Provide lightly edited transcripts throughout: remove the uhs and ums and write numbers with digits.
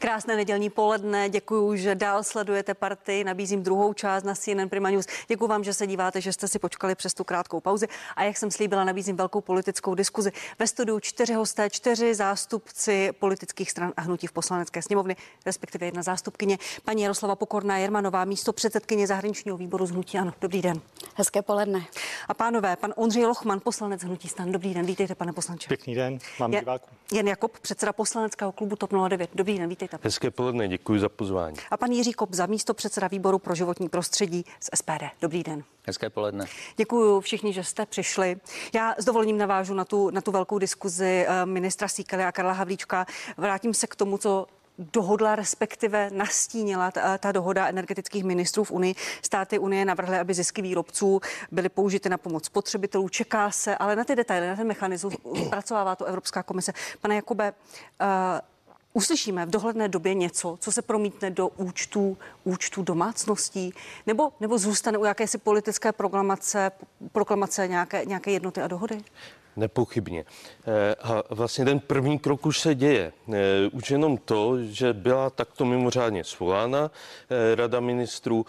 Krásné nedělní poledne, děkuji, že dál sledujete Partii, nabízím druhou část na CNN Prima News. Děkuji vám, že se díváte, že jste si počkali přes tu krátkou pauzu a jak jsem slíbila, nabízím velkou politickou diskuzi. Ve studiu 4 hosté, 4 zástupci politických stran a hnutí v Poslanecké sněmovny, respektive jedna zástupkyně, paní Jaroslava Pokorná Jermanová, místopředsedkyně zahraničního výboru z hnutí ANO. Dobrý den. Hezké poledne. A pánové, pan Ondřej Lochman, poslanec hnutí STAN. Dobrý den, vítejte, pane poslanče. Pěkný den, mám diváků. Jan Jakob, předseda poslaneckého klubu TOP 09. Dobrý den, vítejte. Hezké poledne, děkuji za pozvání. A pan Jiří Kobza, místopředseda výboru pro životní prostředí z SPD. Dobrý den. Hezké poledne. Děkuji všichni, že jste přišli. Já s dovolením navážu na tu velkou diskuzi ministra Síkely a Karla Havlíčka. Vrátím se k tomu, co dohodla, respektive nastínila ta dohoda energetických ministrů v Unii. Státy Unie navrhly, aby zisky výrobců byly použity na pomoc spotřebitelů. Čeká se, ale na ty detaily, na ten mechanismus pracovává to Evropská komise. Pane Jakobe, uslyšíme v dohledné době něco, co se promítne do účtů domácností, nebo zůstane u jakési politické proklamace nějaké jednoty a dohody? Nepochybně. A vlastně ten první krok už se děje. Už jenom to, že byla takto mimořádně svolána Rada ministrů,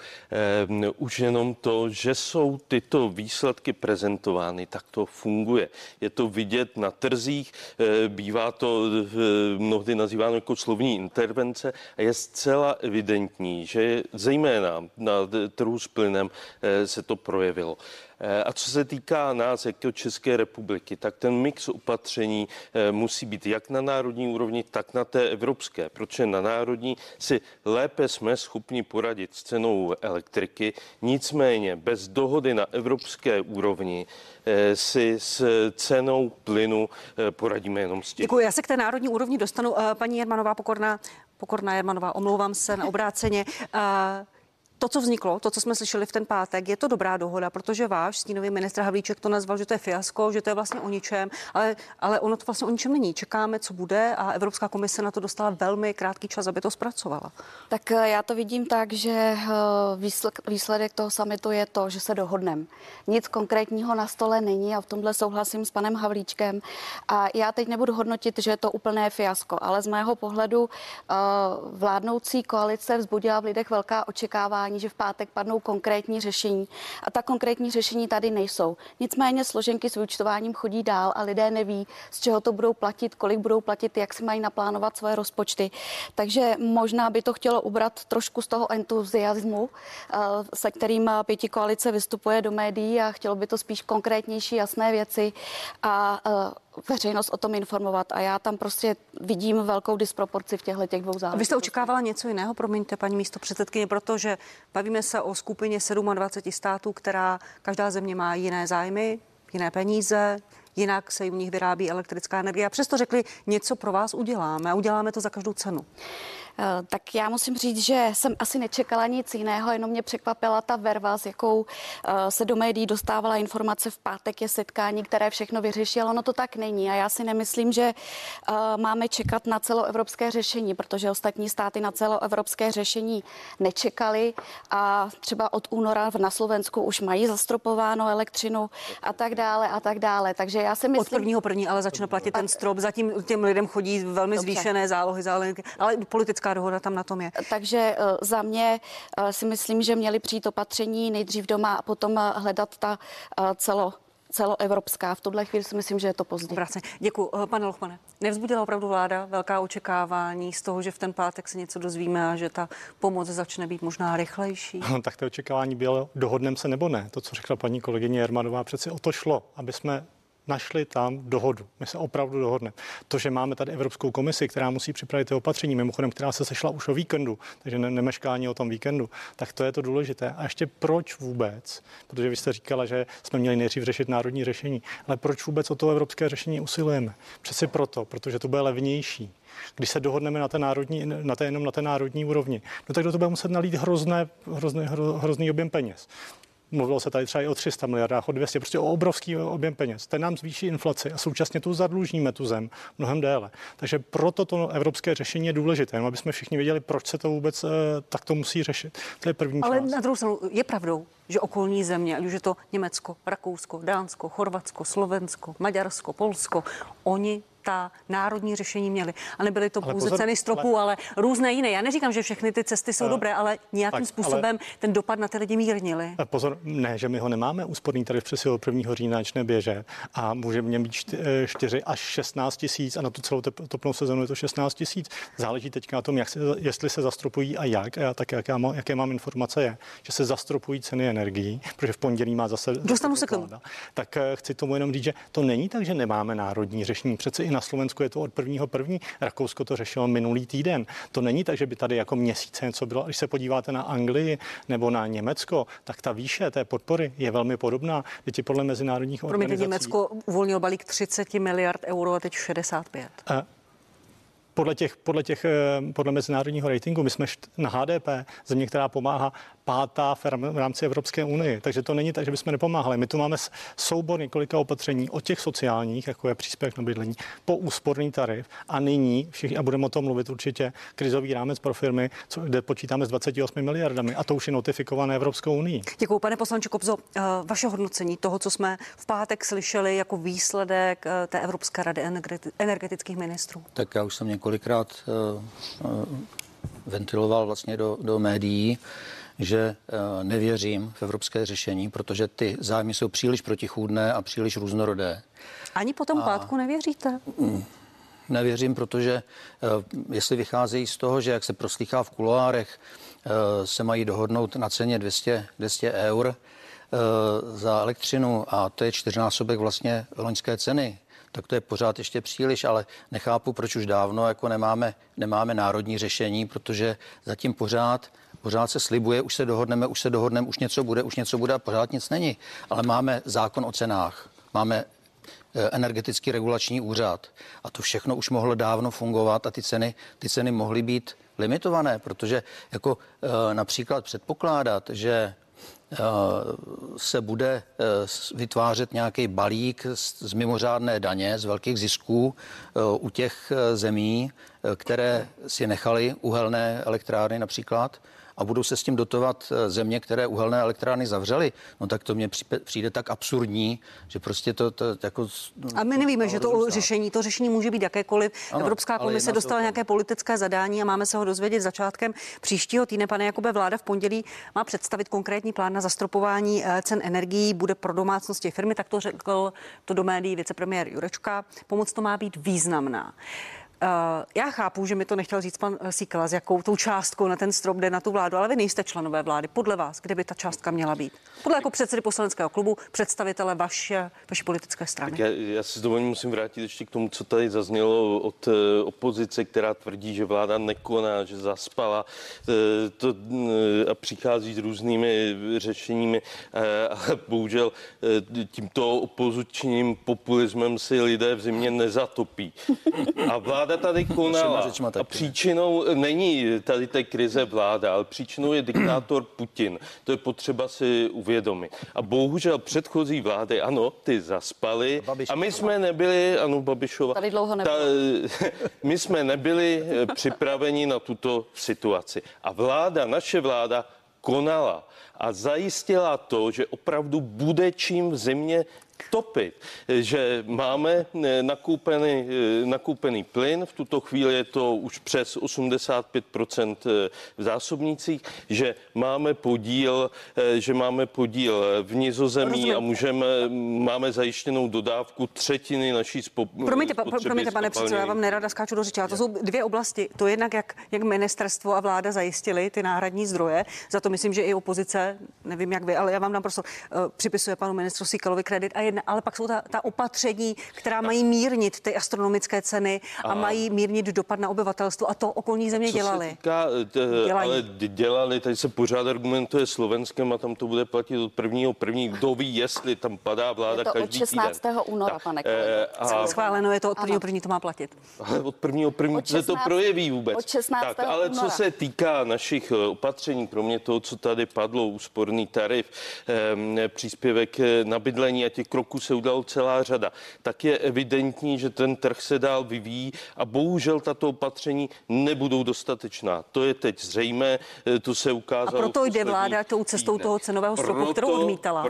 už jenom to, že jsou tyto výsledky prezentovány, tak to funguje. Je to vidět na trzích, bývá to mnohdy nazýváno jako slovní intervence a je zcela evidentní, že zejména na trhu s plynem se to projevilo. A co se týká nás jako České republiky, tak ten mix opatření musí být jak na národní úrovni, tak na té evropské, protože na národní si lépe jsme schopni poradit s cenou elektriky, nicméně bez dohody na evropské úrovni si s cenou plynu poradíme jenom s tím. Děkuji, já se k té národní úrovni dostanu. Paní Jermanová, Pokorná Jermanová, omlouvám se na obráceně. To, co vzniklo, to, co jsme slyšeli v ten pátek, je to dobrá dohoda, protože váš stínový ministr Havlíček to nazval, že to je fiasko, že to je vlastně o ničem, ale ono to vlastně o ničem není. Čekáme, co bude a Evropská komise na to dostala velmi krátký čas, aby to zpracovala. Tak já to vidím tak, že výsledek toho summitu je to, že se dohodneme. Nic konkrétního na stole není a v tomhle souhlasím s panem Havlíčkem. A já teď nebudu hodnotit, že je to úplné fiasko, ale z mého pohledu vládnoucí koalice vzbudila v lidech velká očekávání, že v pátek padnou konkrétní řešení a ta konkrétní řešení tady nejsou. Nicméně složenky s vyúčtováním chodí dál a lidé neví, z čeho to budou platit, kolik budou platit, jak si mají naplánovat svoje rozpočty. Takže možná by to chtělo ubrat trošku z toho entuziasmu, se kterým pětikoalice vystupuje do médií a chtělo by to spíš konkrétnější, jasné věci a veřejnost o tom informovat a já tam prostě vidím velkou disproporci v těchto dvou záležitostech. Vy jste očekávala něco jiného, promiňte, paní místopředsedkyně, protože bavíme se o skupině 27 států, která každá země má jiné zájmy, jiné peníze, jinak se u nich vyrábí elektrická energie a přesto řekli, něco pro vás uděláme a uděláme to za každou cenu. Tak já musím říct, že jsem asi nečekala nic jiného, jenom mě překvapila ta verva, s jakou se do médií dostávala informace v pátek je setkání, které všechno vyřeší, ale ono to tak není a já si nemyslím, že máme čekat na celoevropské řešení, protože ostatní státy na celoevropské řešení nečekali a třeba od února na Slovensku už mají zastropováno elektřinu a tak dále, takže já si myslím... Od 1.1. ale začne platit ten strop, zatím těm lidem chodí velmi zvýšené zálohy, ale politická dohoda tam na tom je. Takže za mě si myslím, že měli přijít opatření nejdřív doma a potom hledat ta celoevropská. V tuhle chvíli si myslím, že je to pozdě. Děkuji. Pane Lochmane, nevzbudila opravdu vláda velká očekávání z toho, že v ten pátek se něco dozvíme a že ta pomoc začne být možná rychlejší? No, tak to očekávání bylo, dohodneme se nebo ne. To, co řekla paní kolegyně Jermanová, přeci o to šlo, aby jsme našli tam dohodu. My se opravdu dohodneme. To, že máme tady Evropskou komisi, která musí připravit ty opatření, mimochodem, která se sešla už o víkendu, takže nemešká ani o tom víkendu, tak to je to důležité. A ještě proč vůbec? Protože vy jste říkala, že jsme měli nejdřív řešit národní řešení, ale proč vůbec o to evropské řešení usilujeme? Přeci proto, protože to bude levnější. Když se dohodneme jenom na té národní úrovni, no tak do toho bude muset nalít hrozný objem peněz. Mluvilo se tady třeba i o 300 miliardách, o 200, prostě o obrovský objem peněz. Ten nám zvýší inflaci a současně tu zadlužíme tu zem mnohem déle. Takže proto to evropské řešení je důležité, aby jsme všichni věděli, proč se to vůbec takto musí řešit. To je první část. Ale na druhou stranu je pravdou, že okolní země, ať už je to Německo, Rakousko, Dánsko, Chorvatsko, Slovensko, Maďarsko, Polsko, oni ta národní řešení měli. A nebyly to pouze ceny stropů, ale různé jiné. Já neříkám, že všechny ty cesty jsou dobré, ale nějakým způsobem ten dopad na ty lidi mírnili. Pozor, ne, že my ho nemáme. Úsporný tarif přes 1. října začne běžet a může mě být 4 až 16 tisíc a na tu celou topnou sezonu je to 16 tisíc. Záleží teď na tom, jestli se zastropují a jak. A tak jaké mám informace je, že se zastropují ceny energií, protože v pondělí má zase... Dostanu se k tomu. Tak chci tomu jenom říct, že to není tak, že nemáme národní řešení. Přece i na Slovensku je to od 1.1. Rakousko to řešilo minulý týden. To není tak, že by tady jako měsíce něco bylo. Když se podíváte na Anglii nebo na Německo, tak ta výše té podpory je velmi podobná. Děti podle mezinárodních organizací. Německo uvolnilo balík 30 miliard euro a teď 65. Podle mezinárodního ratingu my jsme na HDP země, která pomáhá 5. v rámci Evropské unie. Takže to není tak, že bychom nepomáhali. My tu máme soubor několika opatření od těch sociálních, jako je příspěvek na bydlení, po úsporný tarif a nyní, a budeme o tom mluvit určitě, krizový rámec pro firmy, kde počítáme s 28 miliardami a to už je notifikované Evropskou unii. Děkuji, pane poslanče Kobzo. Vaše hodnocení toho, co jsme v pátek slyšeli jako výsledek té Evropské rady energetických ministrů. Tak já už jsem několikrát ventiloval vlastně do médií, že nevěřím v evropské řešení, protože ty zájmy jsou příliš protichůdné a příliš různorodé. Ani po tom pátku nevěříte? Nevěřím, protože jestli vycházejí z toho, že jak se proslýchá v kuloárech, se mají dohodnout na ceně 200 eur za elektřinu a to je 4násobek vlastně loňské ceny, tak to je pořád ještě příliš, ale nechápu, proč už dávno jako nemáme národní řešení, protože zatím pořád se slibuje, už se dohodneme, už něco bude a pořád nic není. Ale máme zákon o cenách, máme energetický regulační úřad a to všechno už mohlo dávno fungovat a ty ceny mohly být limitované, protože jako například předpokládat, že se bude vytvářet nějaký balík z mimořádné daně, z velkých zisků u těch zemí, které si nechaly uhelné elektrárny například a budou se s tím dotovat země, které uhelné elektrárny zavřely, no tak to mně přijde tak absurdní, že prostě to jako... A my nevíme, že to řešení může být jakékoliv. Ano, Evropská komise dostala nějaké politické zadání a máme se ho dozvědět začátkem příštího týdne. Pane Jakube, vláda v pondělí má představit konkrétní plán na zastropování cen energií, bude pro domácnosti firmy, tak to řekl to do médií vicepremiér Jurečka. Pomoc to má být významná. Já chápu, že mi to nechtěl říct pan Síkela, s jakou tou částkou na ten strop jde na tu vládu, ale vy nejste členové vlády. Podle vás, kde by ta částka měla být? Podle jako předsedy poslaneckého klubu, představitele vaší politické strany. Tak já si s dovolením musím vrátit ještě k tomu, co tady zaznělo od opozice, která tvrdí, že vláda nekoná, že zaspala a přichází s různými řešeními. A bohužel tímto opozičním populismem si lidé v zimě nezatopí. A vláda tady konala a příčinou není tady té krize vláda, ale příčinou je diktátor Putin. To je potřeba si uvědomit. A bohužel předchozí vlády, ano, ty zaspaly a my jsme nebyli, ano, Babišova, tady dlouho nebylo. My jsme nebyli připraveni na tuto situaci. A naše vláda konala a zajistila to, že opravdu bude čím v zimě topit, že máme nakoupený plyn, v tuto chvíli je to už přes 85% v zásobnících, že máme podíl v Nizozemí a máme zajištěnou dodávku třetiny naší spotřeby. Promiňte, pane předsedo, já vám nerada skáču do řeči, ale to jsou dvě oblasti. To jednak, jak ministerstvo a vláda zajistili ty náhradní zdroje, za to myslím, že i opozice, nevím jak vy, ale já vám dám prostor, připisuje panu ministru Síkelovi kredit ale pak jsou ta opatření, která mají mírnit ty astronomické ceny a mají mírnit dopad na obyvatelstvo a to okolní země dělali. Ale dělali, tady se pořád argumentuje Slovenskem a tam to bude platit od 1.1. Kdo ví, jestli tam padá vláda každý týden. Od 16. února, pane kolego. Schváleno je to od 1.1. to má platit. Ale od 1.1. se to projeví vůbec. Od 16. Ale co se týká našich opatření, kromě toho, co tady padlo, úsporný tarif, příspěvek na bydlení a těch kroků se udalo celá řada. Tak je evidentní, že ten trh se dál vyvíjí a bohužel tato opatření nebudou dostatečná. To je teď zřejmé, to se ukázalo. A proto jde vláda tou cestou toho cenového stropu, kterou odmítala.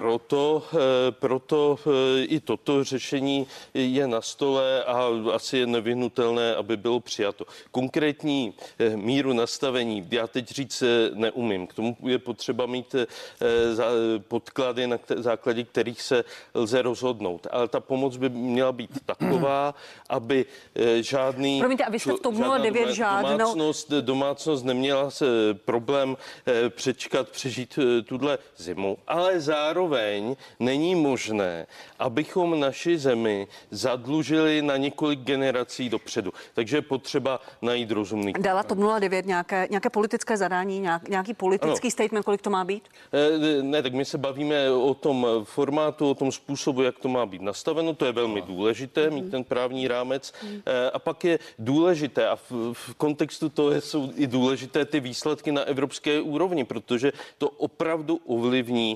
Proto i toto řešení je na stole a asi je nevyhnutelné, aby bylo přijato. Konkrétní míru nastavení já teď říct neumím. K tomu je potřeba mít podklady, na základě kterých se lze rozhodnout. Ale ta pomoc by měla být taková, aby žádný... Promiňte, a vy jste v tom 09 domácnost neměla problém přežít tuhle zimu, ale zároveň není možné, abychom naši zemi zadlužili na několik generací dopředu. Takže je potřeba najít rozumný. Dala TOP 09 nějaké politické zadání, nějaký politický statement, kolik to má být? Ne, tak my se bavíme o tom formátu, o tom způsobu, jak to má být nastaveno. To je velmi důležité, mít ten právní rámec. A pak je důležité, a v kontextu toho jsou i důležité ty výsledky na evropské úrovni, protože to opravdu ovlivní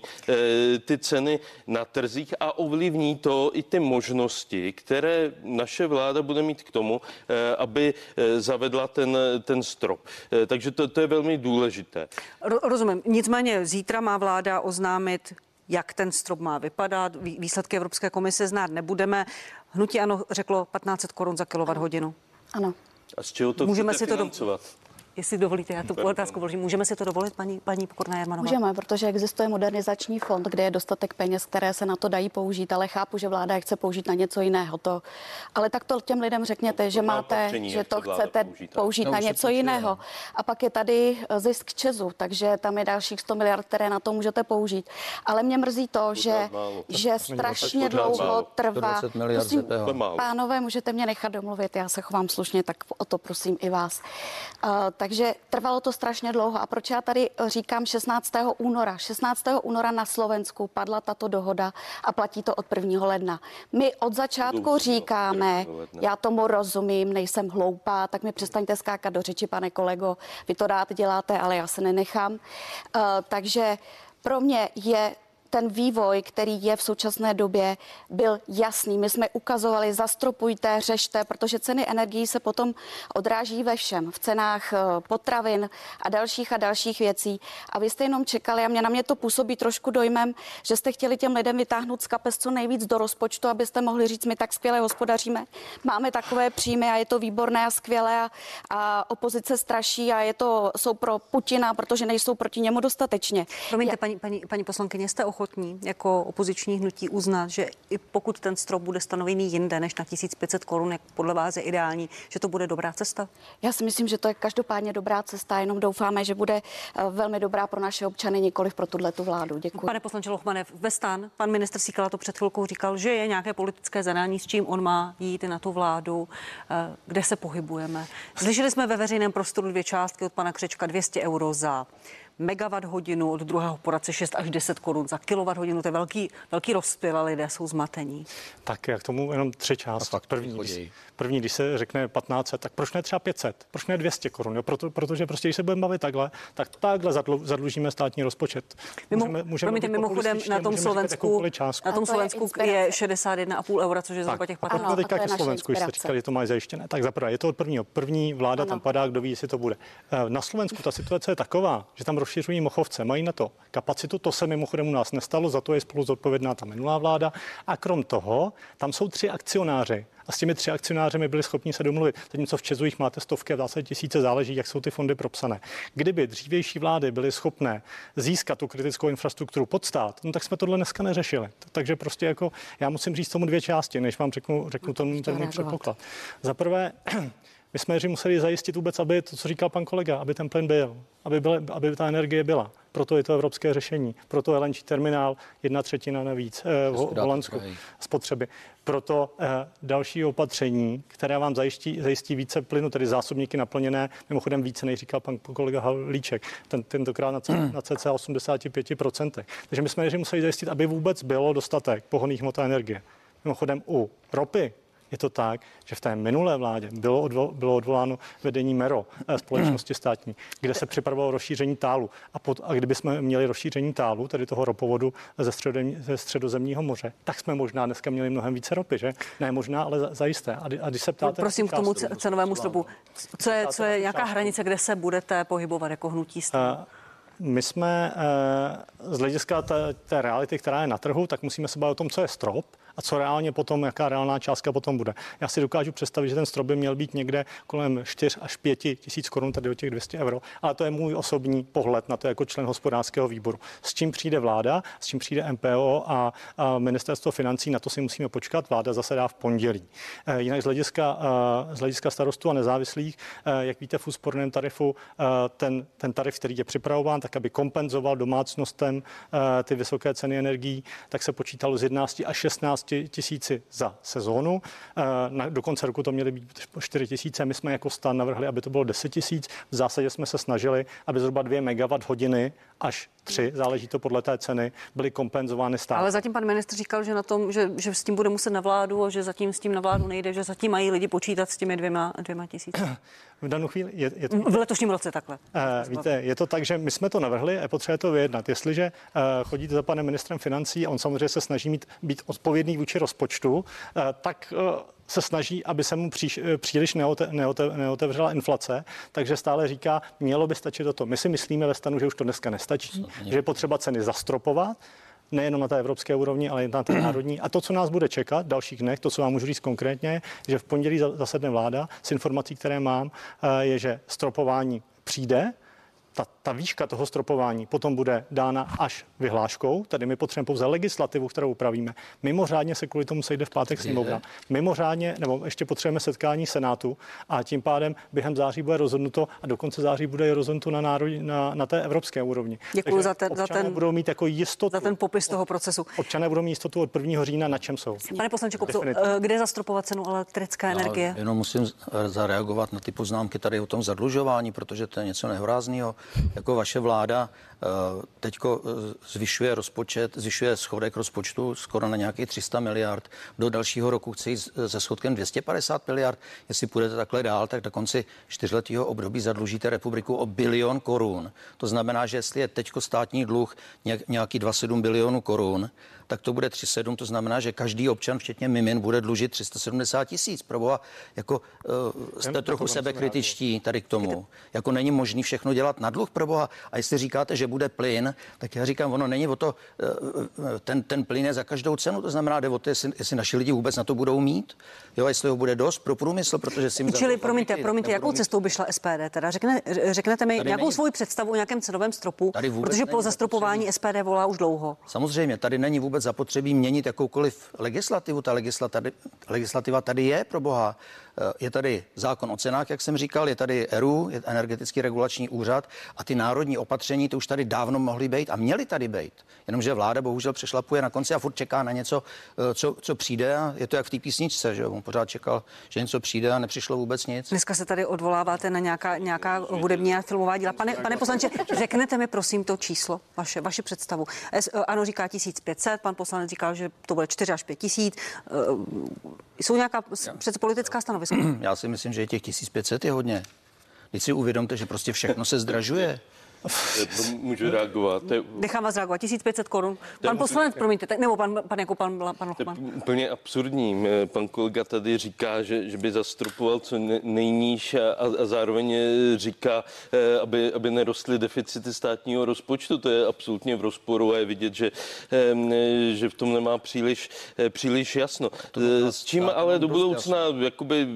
ty ceny na trzích a ovlivní to i ty možnosti, které naše vláda bude mít k tomu, aby zavedla ten strop. Takže to je velmi důležité. Rozumím. Nicméně zítra má vláda oznámit, jak ten strop má vypadat. Výsledky Evropské komise znát nebudeme. Hnutí ANO řeklo 1500 korun za kilowatthodinu. Ano. A z čeho to Můžeme chcete si to financovat? Jestli dovolíte, já tu otázku položím. Můžeme si to dovolit, paní Pokorná Jermanová? Můžeme, protože existuje modernizační fond, kde je dostatek peněz, které se na to dají použít, ale chápu, že vláda je chce použít na něco jiného. Ale tak to těm lidem řekněte, že že to chcete použít na něco jiného. A pak je tady zisk ČEZu, takže tam je dalších 100 miliard, které na to můžete použít. Ale mě mrzí to, že strašně dlouho trvá. Prosím, pánové, můžete mě nechat domluvit, já se chovám slušně, tak o to prosím i vás. Takže trvalo to strašně dlouho. A proč já tady říkám 16. února? 16. února na Slovensku padla tato dohoda a platí to od 1. ledna. My od začátku říkáme, já tomu rozumím, nejsem hloupá, tak mi přestaňte skákat do řeči, pane kolego. Vy to rád děláte, ale já se nenechám. Takže pro mě je ten vývoj, který je v současné době, byl jasný. My jsme ukazovali, zastropujte, řešte, protože ceny energií se potom odráží ve všem. V cenách potravin a dalších věcí. A vy jste jenom čekali a na mě to působí trošku dojmem, že jste chtěli těm lidem vytáhnout z kapes co nejvíc do rozpočtu, abyste mohli říct, my tak skvěle hospodaříme. Máme takové příjmy a je to výborné a skvělé a opozice straší a jsou pro Putina, protože nejsou proti němu dostatečně. Promiňte, paní poslankyně, jste ochotní jako opoziční hnutí uznat, že i pokud ten strop bude stanovený jinde než na 1500 korun, jak podle vás je ideální, že to bude dobrá cesta? Já si myslím, že to je každopádně dobrá cesta, jenom doufáme, že bude velmi dobrá pro naše občany, nikoliv pro tuhletu vládu. Děkuji. Pane poslanče Lochmane, ve STAN pan ministr Síkela to před chvilkou říkal, že je nějaké politické zadání, s čím on má jít na tu vládu, kde se pohybujeme. Slyšeli jsme ve veřejném prostoru 2 částky od pana Křečka, 200 euro za megawatt hodinu, od druhého poradce 6 až 10 korun za kilowatt hodinu. To je velký rozptyl a lidé jsou zmatení. Tak jak tomu jenom 3 části. První, když se řekne 1500, tak proč ne třeba 500? Proč ne 200 korun? Protože prostě, když se budeme bavit takhle zadlužíme státní rozpočet. Mimochodem na tom Slovensku je 61,5 eura, což je zhruba těch 15. A teďka ke Slovensku, jste říkali, že to má zajištěné. Tak zaprvé je to od prvního. První vláda tam padá, kdo ví, jestli to bude. Na Slovensku ta situace je taková, že tam rozšiřují Mochovce, mají na to kapacitu, to se mimochodem u nás nestalo, za to je spolu zodpovědná ta minulá vláda. A krom toho, tam jsou 3 akcionáři. A s těmi 3 akcionáři byli schopni se domluvit. Zatímco v ČEZu jich máte stovky a v zásadě tisíce, záleží, jak jsou ty fondy propsané. Kdyby dřívější vlády byly schopné získat tu kritickou infrastrukturu pod stát, no tak jsme tohle dneska neřešili. Takže prostě jako já musím říct tomu 2 části, než vám řeknu ten můj předpoklad. Za prvé, my jsme museli zajistit vůbec, aby to, co říkal pan kolega, aby ten plyn byl, aby ta energie byla. Proto je to evropské řešení. Proto LNG terminál 1/3 navíc v Holandsku spotřeby. Proto další opatření, které vám zajistí více plynu, tedy zásobníky naplněné, mimochodem více, než říkal pan kolega Havlíček, tentokrát na cca 85%. Takže my jsme museli zajistit, aby vůbec bylo dostatek pohonných hmot a energie. Mimochodem u ropy Je to tak, že v té minulé vládě bylo odvoláno vedení MERO, společnosti státní, kde se připravovalo rozšíření tálu. A kdybychom měli rozšíření tálu, tedy toho ropovodu ze Středozemního moře, tak jsme možná dneska měli mnohem více ropy, že? Ne možná, ale zajisté. A když se ptáte... Prosím k tomu cenovému stropu. Co je nějaká hranice, kde se budete pohybovat jako hnutí STAN? My jsme z hlediska té reality, která je na trhu, tak musíme se bavit o tom, co je strop a co reálně potom, jaká reálná částka potom bude. Já si dokážu představit, že ten strop by měl být někde kolem 4 až 5 tisíc korun, tady o těch 200 euro, ale to je můj osobní pohled na to jako člen hospodářského výboru. S čím přijde vláda, s čím přijde MPO a ministerstvo financí, na to si musíme počkat. Vláda zasedá v pondělí. Jinak z hlediska starostů a nezávislých, jak víte, v úsporném tarifu ten tarif, který je připravován, tak aby kompenzoval domácnostem ty vysoké ceny energií, tak se počítalo z 11 až 16 tisíci za sezónu. Do konce roku to měly být 4 tisíce. My jsme jako STAN navrhli, aby to bylo 10 tisíc. V zásadě jsme se snažili, aby zhruba 2 megawatt hodiny až 3, záleží to podle té ceny, byly kompenzovány státem. Ale zatím pan ministr říkal, že že s tím bude muset na vládu a že zatím s tím na vládu nejde, že zatím mají lidi počítat s těmi 2 tisíci. V danou chvíli je to... V letošním roce takhle. Víte, je to tak, že my jsme to navrhli a potřebuje to vyjednat. Jestliže chodíte za panem ministrem financí a on samozřejmě se snaží být odpovědný vůči rozpočtu, tak se snaží, aby se mu příliš neotevřela inflace, takže stále říká, mělo by stačit toto. My si myslíme ve STANu, že už to dneska nestačí, že je potřeba ceny zastropovat, nejenom na té evropské úrovni, ale i na té národní. A to, co nás bude čekat v dalších dnech, to, co vám můžu říct konkrétně, že v pondělí zasedne vláda s informací, které mám, je, že stropování přijde. Ta výška toho stropování potom bude dána až vyhláškou, tady my potřebujeme pouze legislativu, kterou upravíme. Mimořádně se kvůli tomu sejde v pátek sněmovna. Mimořádně, nebo ještě potřebujeme setkání Senátu a tím pádem během září bude rozhodnuto a do konce září bude rozhodnuto na té evropské úrovni. Děkuji za budou mít jako jistotu. Za ten popis toho procesu. Občané budou mít jistotu od 1. října, na čem jsou. Pane poslanče Kobzo, kde zastropovat cenu elektrické energie? Jenom musím zareagovat na ty poznámky tady o tom zadlužování, protože to je něco nehorázného. Jako vaše vláda teďko zvyšuje schodek rozpočtu skoro na nějakých 300 miliard. Do dalšího roku chce jít se schodkem 250 miliard. Jestli půjdete takhle dál, tak do konci 4letého období zadlužíte republiku o 1 bilion korun. To znamená, že jestli je teďko státní dluh nějaký 2,7 bilionu korun, tak to bude 3,7, to znamená, že každý občan, včetně mimin, bude dlužit 370 tisíc. Proboha, jako jste trochu sebekritičtí tady k tomu. Jako není možný všechno dělat na dluh, proboha. A jestli říkáte, že bude plyn, tak já říkám, ono není o to, ten plyn je za každou cenu, to znamená, jde o to, jestli naši lidi vůbec na to budou mít, jo, jestli ho bude dost pro průmysl, protože si jim Čili promiňte, jakou cestou by šla SPD? Teda řeknete mi nějakou svoji představu o nějakém cenovém stropu, protože po zastropování SPD volá už dlouho. Samozřejmě, tady není vůbec zapotřebí měnit jakoukoliv legislativu. Ta legislativa tady je, pro boha. Je tady zákon o cenách, jak jsem říkal, je tady ERÚ, je Energetický regulační úřad a ty národní opatření to už tady dávno mohly být a měly tady být. Jenomže vláda bohužel přešlapuje na konci a furt čeká na něco, co přijde a je to jak v té písničce, že on pořád čekal, že něco přijde a nepřišlo vůbec nic. Dneska se tady odvoláváte na nějaká hudební a filmová díla. Pane poslanče, řeknete mi prosím to číslo, vaši představu. Ano, říká 1500, pan poslanec říkal, že to bude 4 až 5 tisíc. Jsou nějaká přece politická stanoviska? Já si myslím, že těch 1500 je hodně. Teď si uvědomte, že prostě všechno se zdražuje. Můžu reagovat. Nechám vás reagovat. 1500 korun. Pan poslanec, promiňte, nebo pan Lochman. Úplně absurdní. Pan kolega tady říká, že by zastropoval co nejníž a zároveň říká, aby nerostly deficity státního rozpočtu. To je absolutně v rozporu a je vidět, že v tom nemá příliš jasno. S čím ale do budoucna jakoby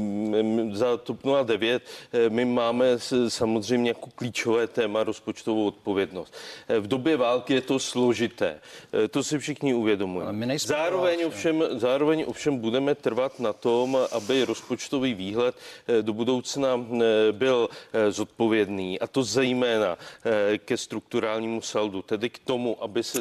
za TOP 09 my máme samozřejmě jako klíčové téma rozpočtovou odpovědnost. V době války je to složité. To si všichni uvědomujeme. Zároveň ovšem budeme trvat na tom, aby rozpočtový výhled do budoucna byl zodpovědný, a to zejména ke strukturálnímu saldu, tedy k tomu, aby se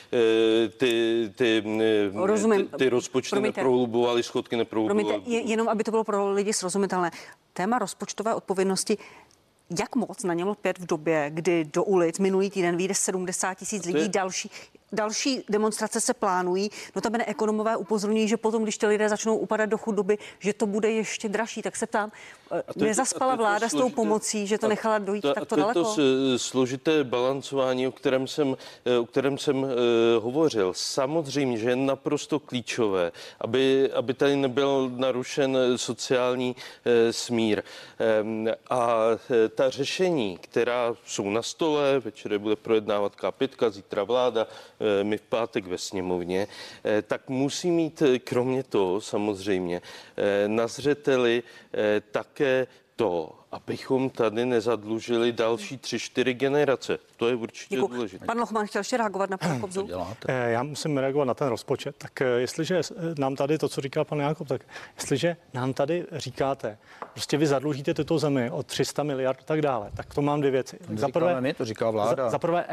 ty rozpočty neprohlubovaly, schodky neprohlubovaly. Promiňte, jenom aby to bylo pro lidi srozumitelné. Téma rozpočtové odpovědnosti Jak moc na něm lpět v době, kdy do ulic minulý týden vyjde 70 000 lidí, další demonstrace se plánují. Notabene ekonomové upozorňují, že potom, když ty lidé začnou upadat do chudoby, že to bude ještě dražší. Tak se ptám, nezaspala vláda s tou pomocí, že to nechala dojít takto daleko? To složité balancování, o kterém jsem hovořil. Samozřejmě, že je naprosto klíčové, aby tady nebyl narušen sociální smír. A ta řešení, která jsou na stole, večer bude projednávat K5, zítra vláda, my v pátek ve sněmovně, tak musí mít kromě toho samozřejmě na zřeteli také to, abychom tady nezadlužili další 3-4 generace. To je určitě důležité. Pan Lochman chtěl ještě reagovat na pana Kobzu. Já musím reagovat na ten rozpočet. Tak jestliže nám tady to, co říkal pan Jákob, tak jestliže nám tady říkáte, prostě vy zadlužíte tuto zemi o 300 miliard a tak dále, tak to mám dvě věci. To říká vláda. Za prvé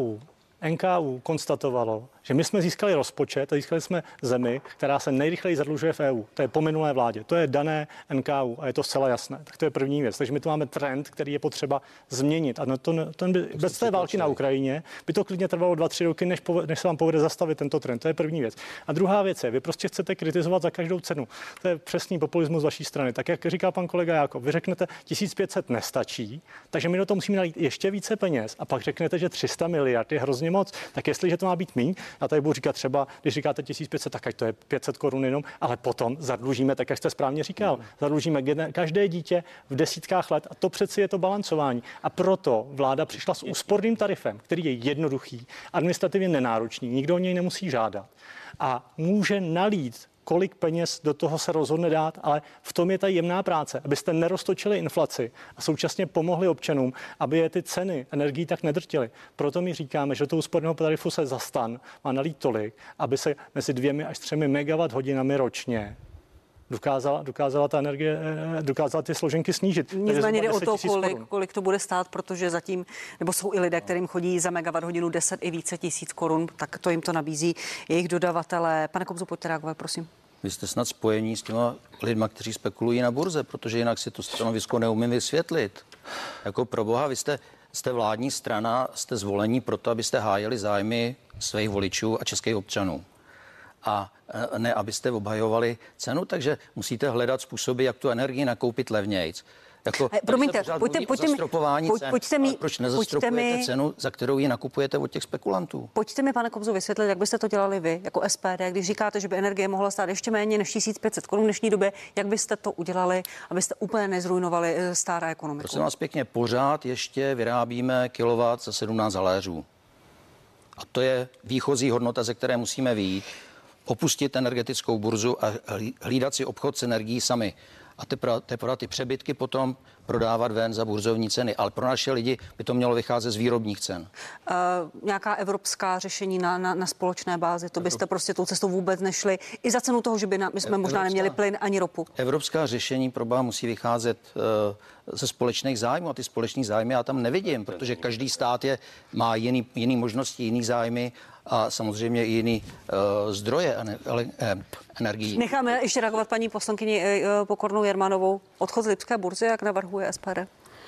NKÚ konstatovalo, že my jsme získali rozpočet a získali jsme zemi, která se nejrychleji zadlužuje v EU. To je po minulé vládě. To je dané NKÚ a je to zcela jasné. Tak to je první věc. Takže my tu máme trend, který je potřeba změnit. A bez té války na Ukrajině by to klidně trvalo 2-3 roky, než se vám povede zastavit tento trend. To je první věc. A druhá věc je, vy prostě chcete kritizovat za každou cenu. To je přesný populismus z vaší strany. Tak jak říká pan kolega Jákob, vy řeknete 1500 nestačí, takže my do toho musíme nalít ještě více peněz a pak řeknete, že 300 miliard je hrozně moc. Tak jestliže to má být míň, já tady budu říkat třeba, když říkáte 1500, tak ať to je 500 korun jenom, ale potom zadlužíme, tak jak jste správně říkal, zadlužíme každé dítě v desítkách let a to přeci je to balancování. A proto vláda přišla s úsporným tarifem, který je jednoduchý, administrativně nenáročný, nikdo o něj nemusí žádat a může nalít, kolik peněz do toho se rozhodne dát, ale v tom je ta jemná práce, abyste neroztočili inflaci a současně pomohli občanům, aby je ty ceny energií tak nedrtily. Proto my říkáme, že do toho úsporného tarifu se za stan má nalít tolik, aby se mezi 2 až 3 megawatt hodinami ročně dokázala ta energie, dokázala ty složenky snížit. Nicméně jde o to, kolik to bude stát, protože zatím, nebo jsou i lidé, kterým chodí za megawatt hodinu 10 i více tisíc korun, tak to jim to nabízí jejich dodavatelé. Pane Kobzu, pojďte reagovat, prosím. Vy jste snad spojení s těma lidma, kteří spekulují na burze, protože jinak si to stanovisko neumím vysvětlit. Jako pro boha, vy jste vládní strana, jste zvolení proto, abyste hájili zájmy svých voličů a českých občanů. A ne, abyste obhajovali cenu, takže musíte hledat způsoby, jak tu energii nakoupit levnějc. Promiňte, proč nezastropujete cenu, za kterou ji nakupujete od těch spekulantů? Pojďte mi, pane Kobzu, vysvětlit, jak byste to dělali vy jako SPD, když říkáte, že by energie mohla stát ještě méně než 1500 korun v dnešní době, jak byste to udělali, abyste úplně nezrujnovali stará ekonomiku? Prosím vás pěkně, pořád ještě vyrábíme kilowatt za 17 haléřů. A to je výchozí hodnota, ze které musíme vyjít, opustit energetickou burzu a hlídat si obchod s energií sami. A teprve ty přebytky potom prodávat ven za burzovní ceny. Ale pro naše lidi by to mělo vycházet z výrobních cen. Nějaká evropská řešení na společné bázi, to byste prostě tou cestou vůbec nešli. I za cenu toho, že by my jsme možná neměli plyn ani ropu. Evropská řešení pro boha musí vycházet ze společných zájmů a ty společný zájmy já tam nevidím, protože každý stát má jiný možnosti, jiný zájmy a samozřejmě i jiný zdroje energií. Necháme ještě reagovat paní poslankyni Pokornou Jermanovou. Odchod z lipské burzy, jak navrhuje SPD?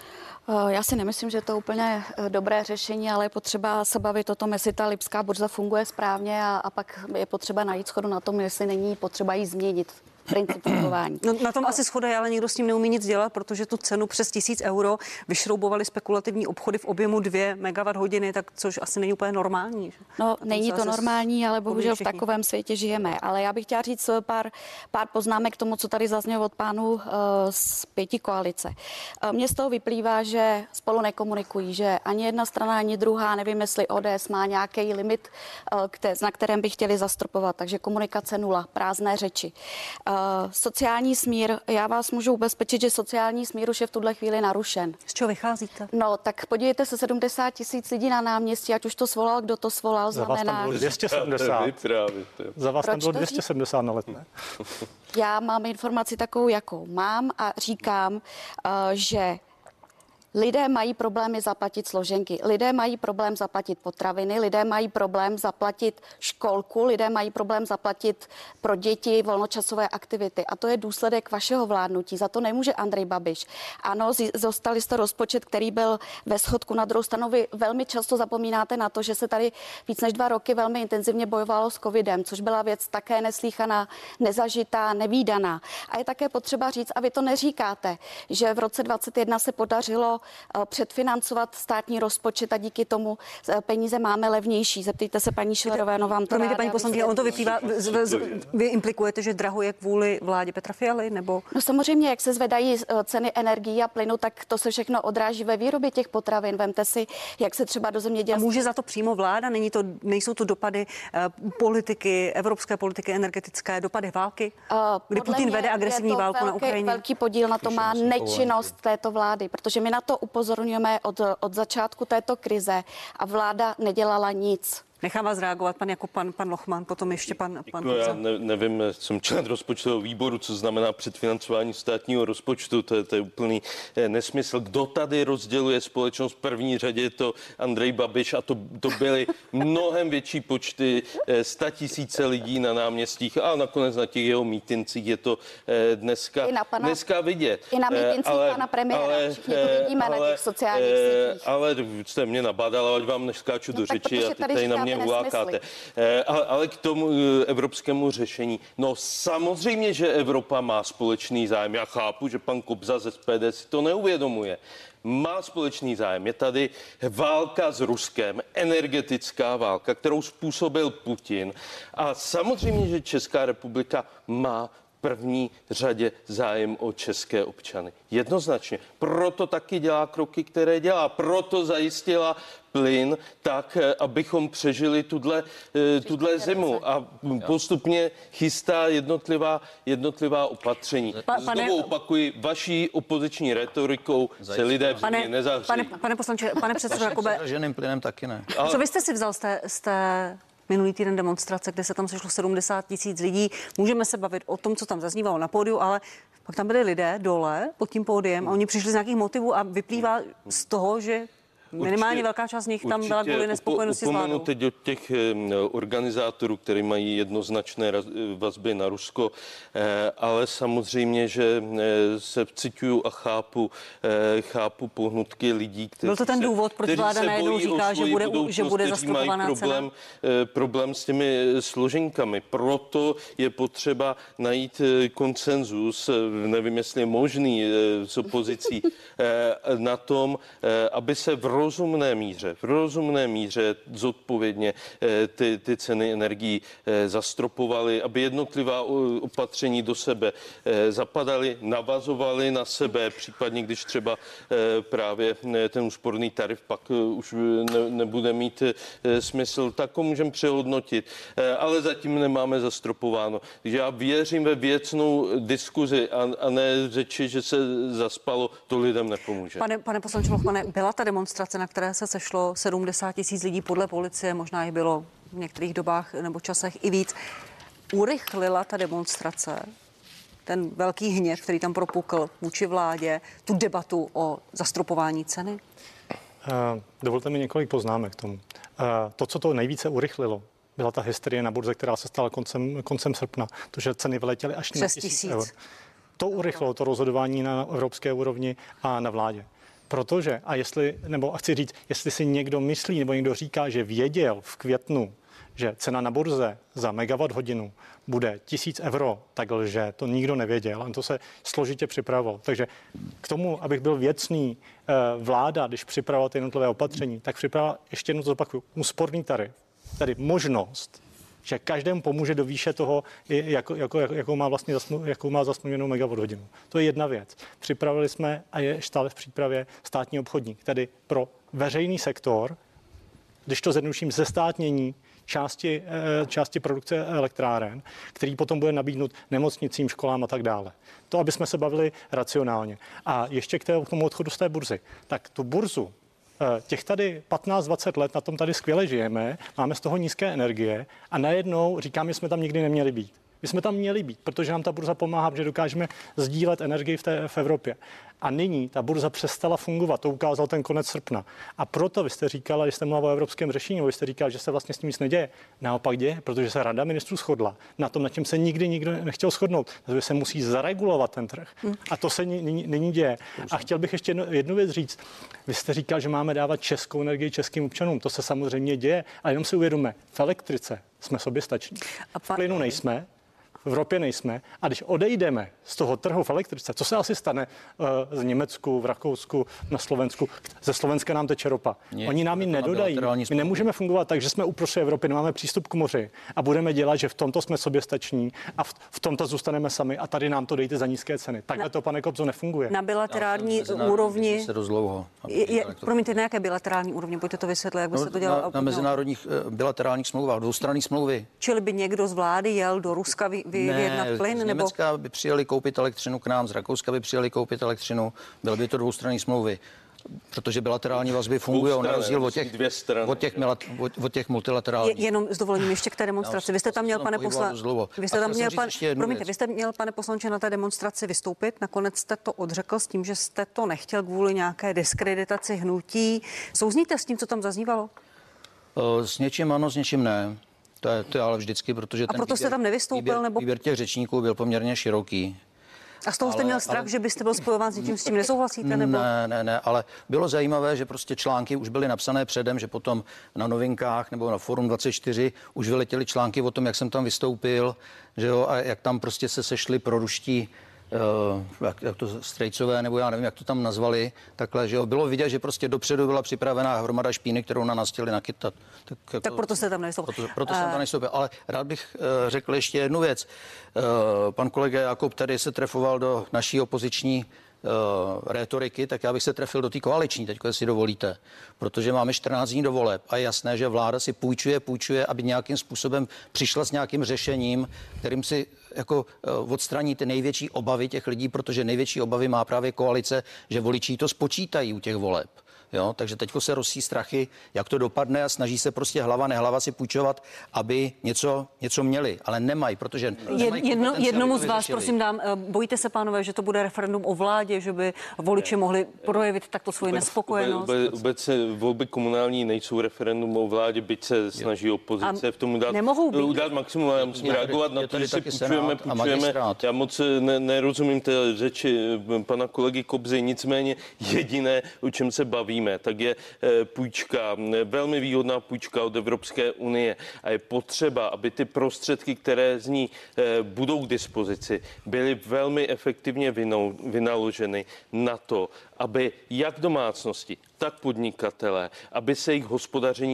Já si nemyslím, že to je úplně dobré řešení, ale je potřeba se bavit o tom, jestli ta lipská burza funguje správně a pak je potřeba najít shodu na tom, jestli není potřeba ji změnit. Princip fungování. No, na tom asi shoda je, ale nikdo s tím neumí nic dělat, protože tu cenu přes 1000 euro vyšroubovali spekulativní obchody v objemu 2 megawatt hodiny, tak což asi není úplně normální. Že? No, není to normální, ale bohužel v takovém světě žijeme. Ale já bych chtěla říct pár poznámek k tomu, co tady zaznělo od pánů z 5 koalice. Mně z toho vyplývá, že spolu nekomunikují, že ani jedna strana, ani druhá, nevím, jestli ODS má nějaký limit, na kterém by chtěli zastropovat, takže komunikace 0, prázdné řeči. Sociální smír, já vás můžu ubezpečit, že sociální smír už je v tuhle chvíli narušen. Z čeho vycházíte? No, tak podívejte se, 70 000 lidí na náměstí, ať už to svolal, kdo to svolal, znamená... Za vás tam bylo 270. Za vás tam bylo 270 na Letné. Já mám informaci takovou, jakou mám a říkám, že Lidé mají problémy zaplatit složenky, lidé mají problém zaplatit potraviny, lidé mají problém zaplatit školku, lidé mají problém zaplatit pro děti volnočasové aktivity. A to je důsledek vašeho vládnutí. Za to nemůže Andrej Babiš. Ano, zostali jste rozpočet, který byl ve schodku. Na druhou stranu vy velmi často zapomínáte na to, že se tady víc než 2 roky velmi intenzivně bojovalo s covidem, což byla věc také neslýchaná, nezažitá, nevídaná. A je také potřeba říct, a vy to neříkáte, že v roce 2021 se podařilo předfinancovat státní rozpočet a díky tomu peníze máme levnější. Zeptejte se paní Schillerové, no vám to Promiňte, ráda paní poslankyně, on to vyplývá, vy implikujete, že drahuje kvůli vládě Petra Fialy, nebo? No samozřejmě, jak se zvedají ceny energií a plynu, tak to se všechno odráží ve výrobě těch potravin. Vemte si, jak se třeba do zemědělství. A může za to přímo vláda? Nejsou to dopady politiky, evropské politiky, energetické, dopady války, kdy Putin vede agresivní válku na Ukrajině? Velký podíl na to má nečinnost této vlády, protože my na to upozorňujeme od začátku této krize a vláda nedělala nic. Nechám vás reagovat, pan Lochman, potom ještě pan Já nevím, jsem člen rozpočtového výboru, co znamená předfinancování státního rozpočtu, to je úplný nesmysl. Kdo tady rozděluje společnost? V první řadě je to Andrej Babiš a to byly mnohem větší počty, 100 000 lidí na náměstích a nakonec na těch jeho mítincích je to dneska vidět. I na mítincích pana premiéra, všichni to vidíme na těch sociálních sítích. Ale jste mě nabádala, ať vám neskáču do řeči a ty tady na mě hulákáte. Ale k tomu evropskému řešení. No samozřejmě, že Evropa má společný zájem. Já chápu, že pan Kobza z SPD si to neuvědomuje. Má společný zájem. Je tady válka s Ruskem, energetická válka, kterou způsobil Putin. A samozřejmě, že Česká republika má první řadě zájem o české občany. Jednoznačně. Proto taky dělá kroky, které dělá. Proto zajistila plyn tak, abychom přežili tuhle zimu a postupně chystá jednotlivá opatření. Znovu opakuji, vaší opoziční retorikou se lidé v zimě nezahří. Pane poslanče, pane předsedo Jakube. Ženým plynem taky ne. Co vy jste si vzal z té minulý týden demonstrace, kde se tam sešlo 70 000 lidí? Můžeme se bavit o tom, co tam zaznívalo na pódiu, ale pak tam byli lidé dole pod tím pódiem a oni přišli z nějakých motivů a vyplývá z toho, že minimálně velká část z nich tam byla kvůli nespokojenosti s vládou. Teď od těch organizátorů, kteří mají jednoznačné vazby na Rusko, ale samozřejmě, že se vciťuju a chápu pohnutky lidí, kteří byl to ten důvod, proč vláda najednou říká, že bude zastropovaná cena? Problém s těmi složenkami. Proto je potřeba najít konsenzus, nevím, jestli je možný s opozicí, na tom, aby se v rozumné míře zodpovědně ty ceny energií zastropovaly, aby jednotlivá opatření do sebe zapadaly, navazovaly na sebe, případně když třeba právě ten úsporný tarif pak už nebude mít smysl, tak ho můžeme přehodnotit, ale zatím nemáme zastropováno. Takže já věřím ve věcnou diskuzi a ne řeči, že se zaspalo, to lidem nepomůže. Pane poslanče Lochmane, byla ta demonstrace, na které se sešlo 70 000 lidí podle policie, možná jich bylo v některých dobách nebo časech i víc. Urychlila ta demonstrace, ten velký hněv, který tam propukl vůči vládě, tu debatu o zastropování ceny? Dovolte mi několik poznámek k tomu. To, co to nejvíce urychlilo, byla ta hysterie na burze, která se stala koncem srpna, to, že ceny vyletěly až na 1000 eur. To urychlilo to rozhodování na evropské úrovni a na vládě. Protože, chci říct, jestli si někdo myslí nebo někdo říká, že věděl v květnu, že cena na burze za megawatt hodinu bude 1000 euro, tak lže, to nikdo nevěděl, jen to se složitě připravovalo. Takže k tomu, abych byl věcný, vláda, když připravovala ty jednotlivé opatření, tak připravila, ještě jednou to zopakuju, úsporný tarif, tedy možnost, že každému pomůže do výše toho, jakou má zasmluvněnou megawatt hodinu. To je jedna věc. Připravili jsme a je stále v přípravě státní obchodník, tedy pro veřejný sektor, když to zjednoduším, zestátnění části produkce elektráren, který potom bude nabídnut nemocnicím, školám a tak dále. To, aby jsme se bavili racionálně. A ještě k tomu odchodu z té burzy. Tak tu burzu, těch tady 15-20 let, na tom tady skvěle žijeme, máme z toho nízké energie a najednou říkám, že jsme tam nikdy neměli být. My jsme tam měli být, protože nám ta burza pomáhá, že dokážeme sdílet energii v Evropě. A nyní ta burza přestala fungovat, to ukázal ten konec srpna. A proto vy jste říkala, že jste mluvila o evropském řešení, vy jste říkala, že se vlastně s tím nic neděje. Naopak děje, protože se Rada ministrů shodla na tom, na čem se nikdy nikdo nechtěl shodnout. Takže se musí zaregulovat ten trh. A to se nyní děje. A chtěl bych ještě jednu věc říct. Vy jste říkal, že máme dávat českou energii českým občanům. To se samozřejmě děje, ale jenom si uvědomme, v elektrice jsme soběstační. V plynu nejsme. V Evropě nejsme. A když odejdeme z toho trhu v elektrice, co se asi stane z Německu, v Rakousku, na Slovensku? Ze Slovenska nám teče ropa. Oni nám ji nedodají. My nemůžeme fungovat tak, že jsme uprostřed Evropy, nemáme přístup k moři a budeme dělat, že v tomto jsme soběstační a v tomto zůstaneme sami a tady nám to dejte za nízké ceny. Takhle to, pane Kobzo, nefunguje. Na bilaterální úrovni. Promiňte, na jaké bilaterální úrovni? Pojďte to vysvětlit, jak by se to dělalo. Na mezinárodních bilaterálních smlouvách, dvoustranných smlouvy. Čili by někdo z vlády jel do Ruska vyjednat plyn? Z Německa by přijeli koupit elektřinu k nám, z Rakouska by přijeli koupit elektřinu, byly by to dvoustranné smlouvy. Protože bilaterální vazby fungují na rozdíl od těch multilaterálních. Jenom s dovolením ještě k té demonstraci. Vy jste tam měl, pane poslanče, vy jste měl, pane poslanče, na té demonstraci vystoupit. Nakonec jste to odřekl s tím, že jste to nechtěl kvůli nějaké diskreditaci hnutí. Souzníte s tím, co tam zaznívalo? S něčím ano, s něčím ne. To je ale vždycky, protože a proto jste tam nevystoupil, nebo? Výběr těch řečníků byl poměrně široký. A z toho jste měl strach, že byste byl spojován s něčím, s tím nesouhlasíte? Nebo? Ne, ale bylo zajímavé, že prostě články už byly napsané předem, že potom na Novinkách nebo na Forum 24 už vyletěly články o tom, jak jsem tam vystoupil, že jo, a jak tam prostě se sešli proruští jak to strejcové, nebo já nevím, jak to tam nazvali, takhle, že jo, bylo vidět, že prostě dopředu byla připravená hromada špíny, kterou na nás chtěli nakytat. Tak proto jste tam nevystoupil. Proto jsem tam nevystoupil, ale rád bych řekl ještě jednu věc. Pan kolega Jakub tady se trefoval do naší opoziční rétoriky, tak já bych se trefil do té koaliční, teď si dovolíte, protože máme 14 dní do voleb a je jasné, že vláda si půjčuje, aby nějakým způsobem přišla s nějakým řešením, kterým si jako odstraní ty největší obavy těch lidí, protože největší obavy má právě koalice, že voliči to spočítají u těch voleb. Jo, takže teďko se rosí strachy, jak to dopadne a snaží se prostě hlava nehlava si půjčovat, aby něco měli, ale nemají, protože jednomu z vás, prosím dám, bojíte se, pánové, že to bude referendum o vládě, že by voliči mohli projevit takto svoji nespokojenost? Vůbec volby komunální nejsou referendum o vládě, byť se snaží opozice v tom udělat maximum. Já musím reagovat na to, že si půjčujeme. Já moc nerozumím té řeči pana kolegy Kobzy, nicméně jediné, o čem se baví, tak je půjčka, velmi výhodná půjčka od Evropské unie a je potřeba, aby ty prostředky, které z ní budou k dispozici, byly velmi efektivně vynaloženy na to, aby jak domácnosti, tak podnikatelé, aby se jejich hospodaření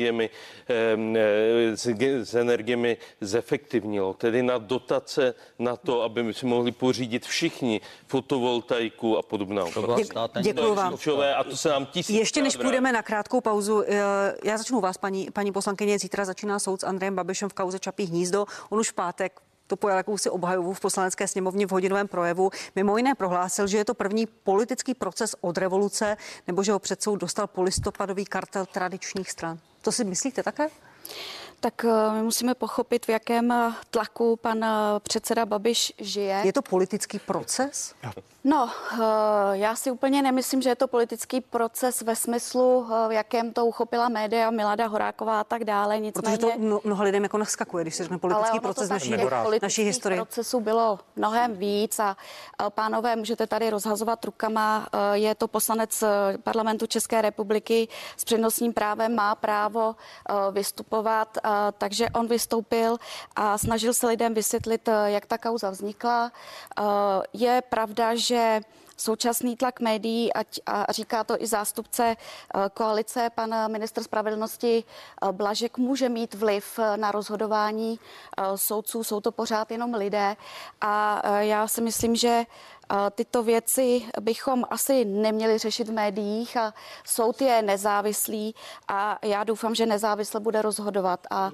s energiemi zefektivnilo, tedy na dotace na to, aby si mohli pořídit všichni fotovoltaiku a podobná. Děkuji vám. A to se nám ještě než půjdeme na krátkou pauzu, já začnu vás, paní poslankyně, zítra začíná soud s Andrejem Babišem v kauze Čapí hnízdo. On už v pátek to pojal jakousi obhajovu v Poslanecké sněmovně v hodinovém projevu. Mimo jiné prohlásil, že je to první politický proces od revoluce, nebo že ho před soud dostal polistopadový kartel tradičních stran. To si myslíte také? Tak my musíme pochopit, v jakém tlaku pan předseda Babiš žije. Je to politický proces? No, já si úplně nemyslím, že je to politický proces ve smyslu, v jakém to uchopila média, Milada Horáková a tak dále. Nicméně, protože to mnoha lidem jako naskakuje, když se řekne politický proces naší historie. Procesů bylo mnohem víc a pánové, můžete tady rozhazovat rukama. Je to poslanec parlamentu České republiky s přednostním právem, má právo vystupovat, takže on vystoupil a snažil se lidem vysvětlit, jak ta kauza vznikla. Je pravda, že současný tlak médií, a říká to i zástupce koalice, pan ministr spravedlnosti Blažek, může mít vliv na rozhodování soudců. Jsou to pořád jenom lidé a já si myslím, že tyto věci bychom asi neměli řešit v médiích a soud je nezávislý a já doufám, že nezávisle bude rozhodovat a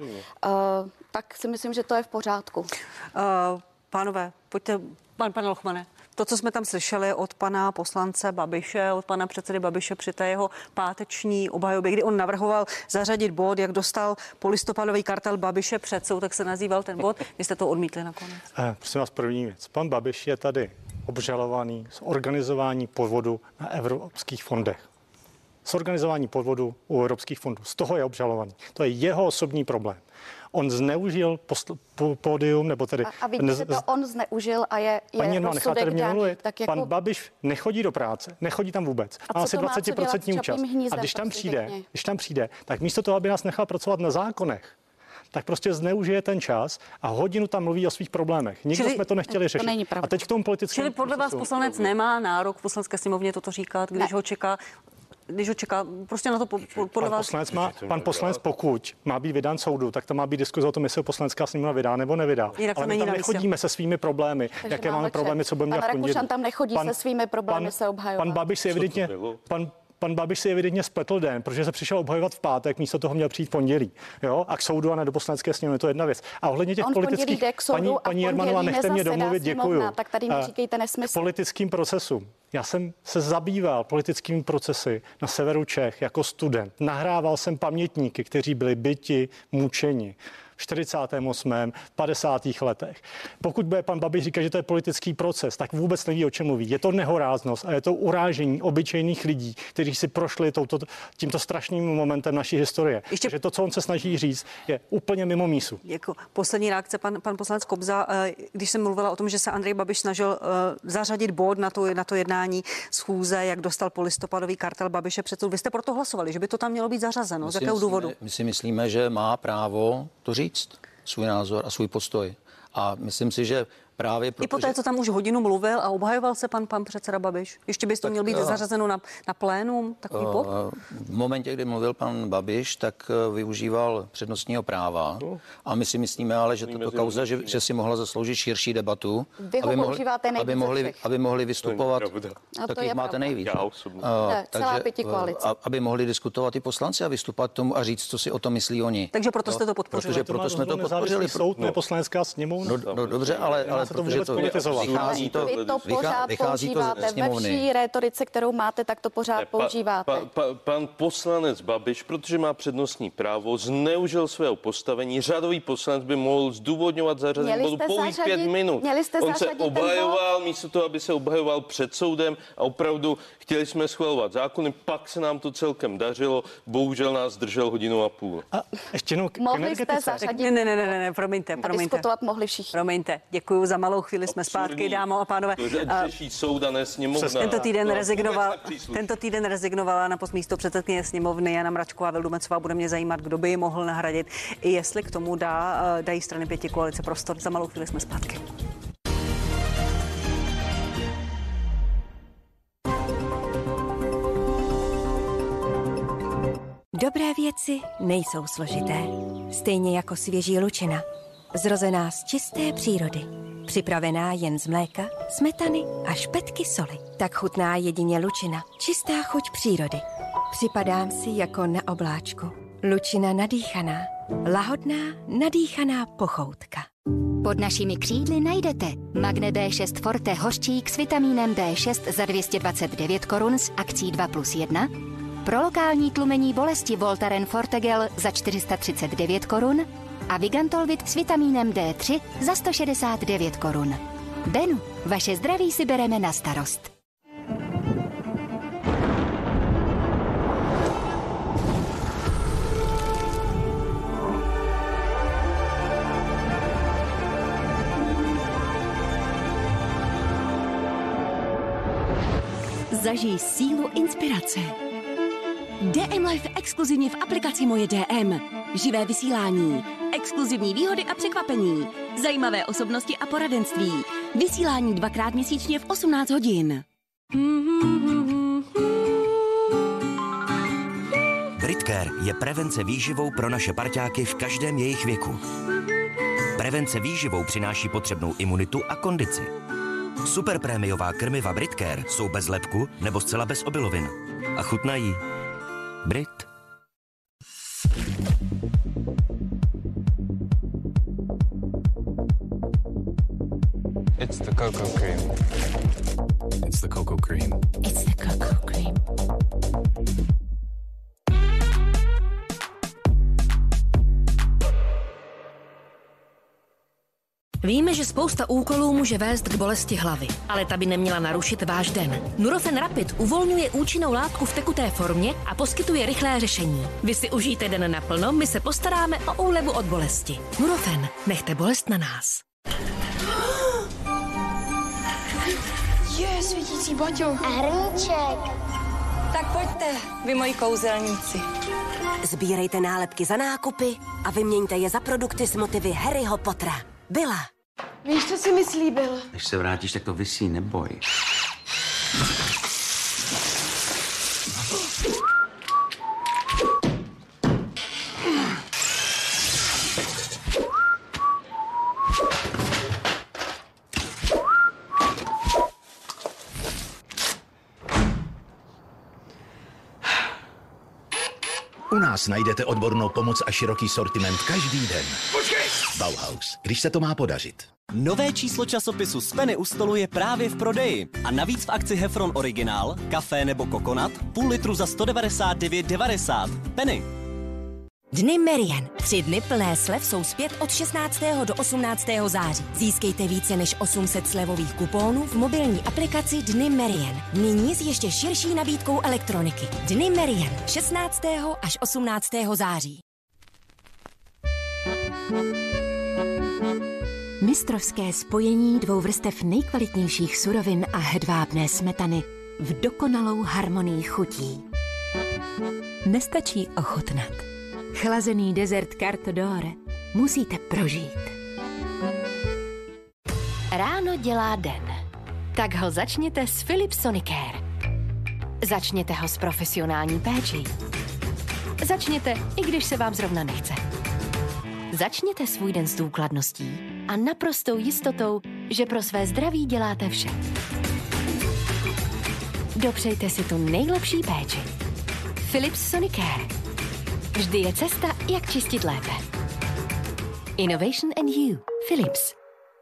tak si myslím, že to je v pořádku. Pánové, pojďte, pane Lochmane, To, co jsme tam slyšeli od pana poslance Babiše, od pana předsedy Babiše při té jeho páteční obhajobě, kdy on navrhoval zařadit bod, jak dostal polistopadový kartel Babiše před soud, tak se nazýval ten bod. Vy jste to odmítli nakonec. Prosím vás, první věc. Pan Babiš je tady obžalovaný z organizování podvodu na evropských fondech. Z organizování podvodu u evropských fondů. Z toho je obžalovaný. To je jeho osobní problém. On zneužil pódium, nebo tedy... A vidíte, že to on zneužil a je rozsudek daný. Tak jako... Pan Babiš nechodí do práce, nechodí tam vůbec. Má asi 20% účast. A když tam přijde, tak místo toho, aby nás nechal pracovat na zákonech, tak prostě zneužije ten čas a hodinu tam mluví o svých problémech. Nikdo jsme to nechtěli řešit. To a teď k tomu politickému. Čili podle vás poslanec nemá nárok v Poslanecké sněmovně toto říkat, když ho čeká, prostě na to podle vás... Pan poslanec, pokud má být vydán soudu, tak to má být diskuze o tom, jestli ho Poslanecká sněmovna vydá nebo nevydá. Ale my tam nechodíme se svými problémy. Takže jaké máme problémy, co budeme dělat v pondělí. Pan Rakušan tam nechodí se svými problémy se obhajovat. Pan Babiš si evidentně spletl den, protože se přišel obhajovat v pátek, místo toho měl přijít v pondělí. Jo? A k soudu a ne do Poslanecké sněmovny, to je jedna věc. A ohledně těch politických, paní Jermanová, nechte mě domluvit, děkuju. Tak tady neříkejte nesmysl. K politickým procesům. Já jsem se zabýval politickými procesy na severu Čech jako student. Nahrával jsem pamětníky, kteří byli byti, mučeni v 48., 50. letech. Pokud bude pan Babiš říkat, že to je politický proces, tak vůbec neví, o čem mluví. Je to nehoráznost a je to urážení obyčejných lidí, kteří si prošli tímto strašným momentem naší historie. Takže to, co on se snaží říct, je úplně mimo mísu. Jako poslední reakce, pan poslanec Kobza, když jsem mluvila o tom, že se Andrej Babiš snažil zařadit bod na to jednání schůze, jak dostal polistopadový kartel Babiše před soud. Vy jste proto hlasovali, že by to tam mělo být zařazeno. Z jakého důvodu? My si myslíme, že má právo to říct, svůj názor a svůj postoj. A myslím si, že právě i poté, co tam už hodinu mluvil a obhajoval se pan předseda Babiš. Ještě by to měl být zařazeno na plénum, takový bod? V momentě, kdy mluvil pan Babiš, tak využíval přednostního práva. A my si myslíme ale, že tato kauza, že si mohla zasloužit širší debatu, aby mohli vystupovat. Tak jich máte nejvíc. Celá pětikoalice. Aby mohli diskutovat i poslanci a vystupovat tomu a říct, co si o tom myslí oni. Takže proto jste to podpořili. Protože proto jsme to podpořili. Soud, Poslanecká sněmovna. No dobře, ale protože to vychází to ze sněmovny. Ve vší rétorice, kterou máte, tak to pořád používáte. Pan poslanec Babiš, protože má přednostní právo, zneužil svého postavení. Řadový poslanec by mohl zdůvodňovat zařazení bodu pouhých 5 minut. On se obhajoval, místo toho, aby se obhajoval před soudem a opravdu chtěli jsme schvalovat zákony, pak se nám to celkem dařilo, bohužel nás držel 1,5 hodiny. A ještě mohli jste zařadit? Ne, promiňte. Diskutovat mohli všichni. Promiňte, děkuju, za malou chvíli jsme zpátky, dámo a pánové. Řeší soud a ne sněmovna. Tento týden rezignovala na post místopředsedkyně sněmovny Jana Mračková Vildumetzová. Bude mě zajímat, kdo by ji mohl nahradit. I jestli k tomu dají strany pětikoalice prostor. Za malou chvíli jsme zpátky. Dobré věci nejsou složité. Stejně jako svěží lučina. Zrozená z čisté přírody. Připravená jen z mléka, smetany a špetky soli. Tak chutná jedině lučina. Čistá chuť přírody. Připadám si jako na obláčku. Lučina nadýchaná. Lahodná, nadýchaná pochoutka. Pod našimi křídly najdete Magne B6 Forte hořčík s vitamínem B6 za 229 korun s akcí 2+1, pro lokální tlumení bolesti Voltaren Fortegel za 439 korun a Vigantolvit s vitamínem D3 za 169 korun. Benu, vaše zdraví si bereme na starost. Zažij sílu inspirace. DM Live exkluzivně v aplikaci Moje DM. Živé vysílání, exkluzivní výhody a překvapení, zajímavé osobnosti a poradenství. Vysílání 2x měsíčně v 18 hodin. Britcare je prevence výživou pro naše parťáky v každém jejich věku. Prevence výživou přináší potřebnou imunitu a kondici. Superprémiová krmiva Britcare jsou bez lepku nebo zcela bez obilovin. A chutnají Brit. It's the cocoa cream. Víme, že spousta úkolů může vést k bolesti hlavy, ale ta by neměla narušit váš den. Nurofen Rapid uvolňuje účinnou látku v tekuté formě a poskytuje rychlé řešení. Vy si užijte den naplno, my se postaráme o úlevu od bolesti. Nurofen, nechte bolest na nás. Je, svítící baťo. A hrníček. Tak pojďte, vy moji kouzelníci. Sbírejte nálepky za nákupy a vyměňte je za produkty s motivy Harryho Pottera. Byla. Víš, co jsi mi slíbil? Když se vrátíš, tak to visí, neboj. U nás najdete odbornou pomoc a široký sortiment každý den. Počkej! Bauhaus, když se to má podařit. Nové číslo časopisu z Penny u stolu je právě v prodeji. A navíc v akci Heffron Originál, kafé nebo kokonat, půl litru za 199,90. Penny. Dny Merian. 3 dny plné slev jsou zpět od 16. do 18. září. Získejte více než 800 slevových kupónů v mobilní aplikaci Dny Merian. Nyní s ještě širší nabídkou elektroniky. Dny Merian. 16. až 18. září. Mistrovské spojení 2 vrstev nejkvalitnějších surovin a hedvábné smetany v dokonalou harmonii chutí. Nestačí ochutnat. Chlazený dezert Carte d'Or musíte prožít. Ráno dělá den. Tak ho začněte s Philips Sonicare. Začněte ho s profesionální péčí. Začněte, i když se vám zrovna nechce. Začněte svůj den s důkladností a naprostou jistotou, že pro své zdraví děláte vše. Dopřejte si tu nejlepší péči. Philips Sonicare. Vždy je cesta, jak čistit lépe. Innovation and you. Philips.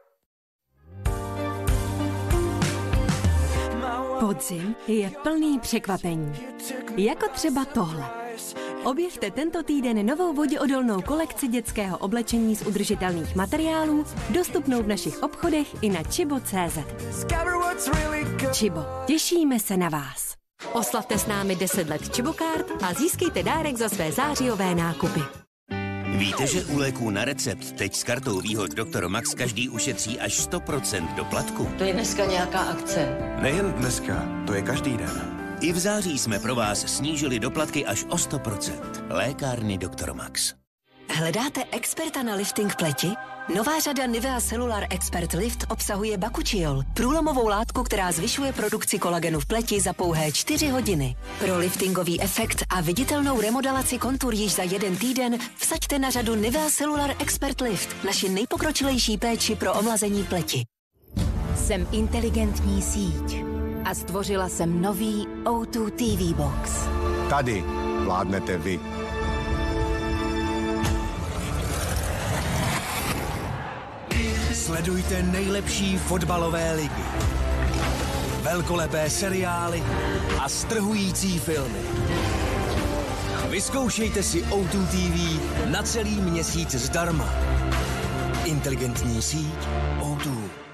Podzim je plný překvapení. Jako třeba tohle. Objevte tento týden novou voděodolnou kolekci dětského oblečení z udržitelných materiálů, dostupnou v našich obchodech i na chibo.cz. Chibo, těšíme se na vás. Oslavte s námi 10 let Chibocard a získejte dárek za své zářijové nákupy. Víte, že u léků na recept teď s kartou výhod Dr. Max každý ušetří až 100% doplatku? To je dneska nějaká akce. Nejen dneska, to je každý den. I v září jsme pro vás snížili doplatky až o 100%. Lékárny Dr. Max. Hledáte experta na lifting pleti? Nová řada Nivea Cellular Expert Lift obsahuje bakučiol, průlomovou látku, která zvyšuje produkci kolagenu v pleti za pouhé 4 hodiny. Pro liftingový efekt a viditelnou remodelaci kontur již za 1 týden vsaďte na řadu Nivea Cellular Expert Lift, naši nejpokročilejší péči pro omlazení pleti. Jsem inteligentní síť a stvořila jsem nový O2 TV Box. Tady vládnete vy. Sledujte nejlepší fotbalové ligy, velkolepé seriály a strhující filmy. Vyzkoušejte si O2 TV na celý měsíc zdarma. Inteligentní síť O2.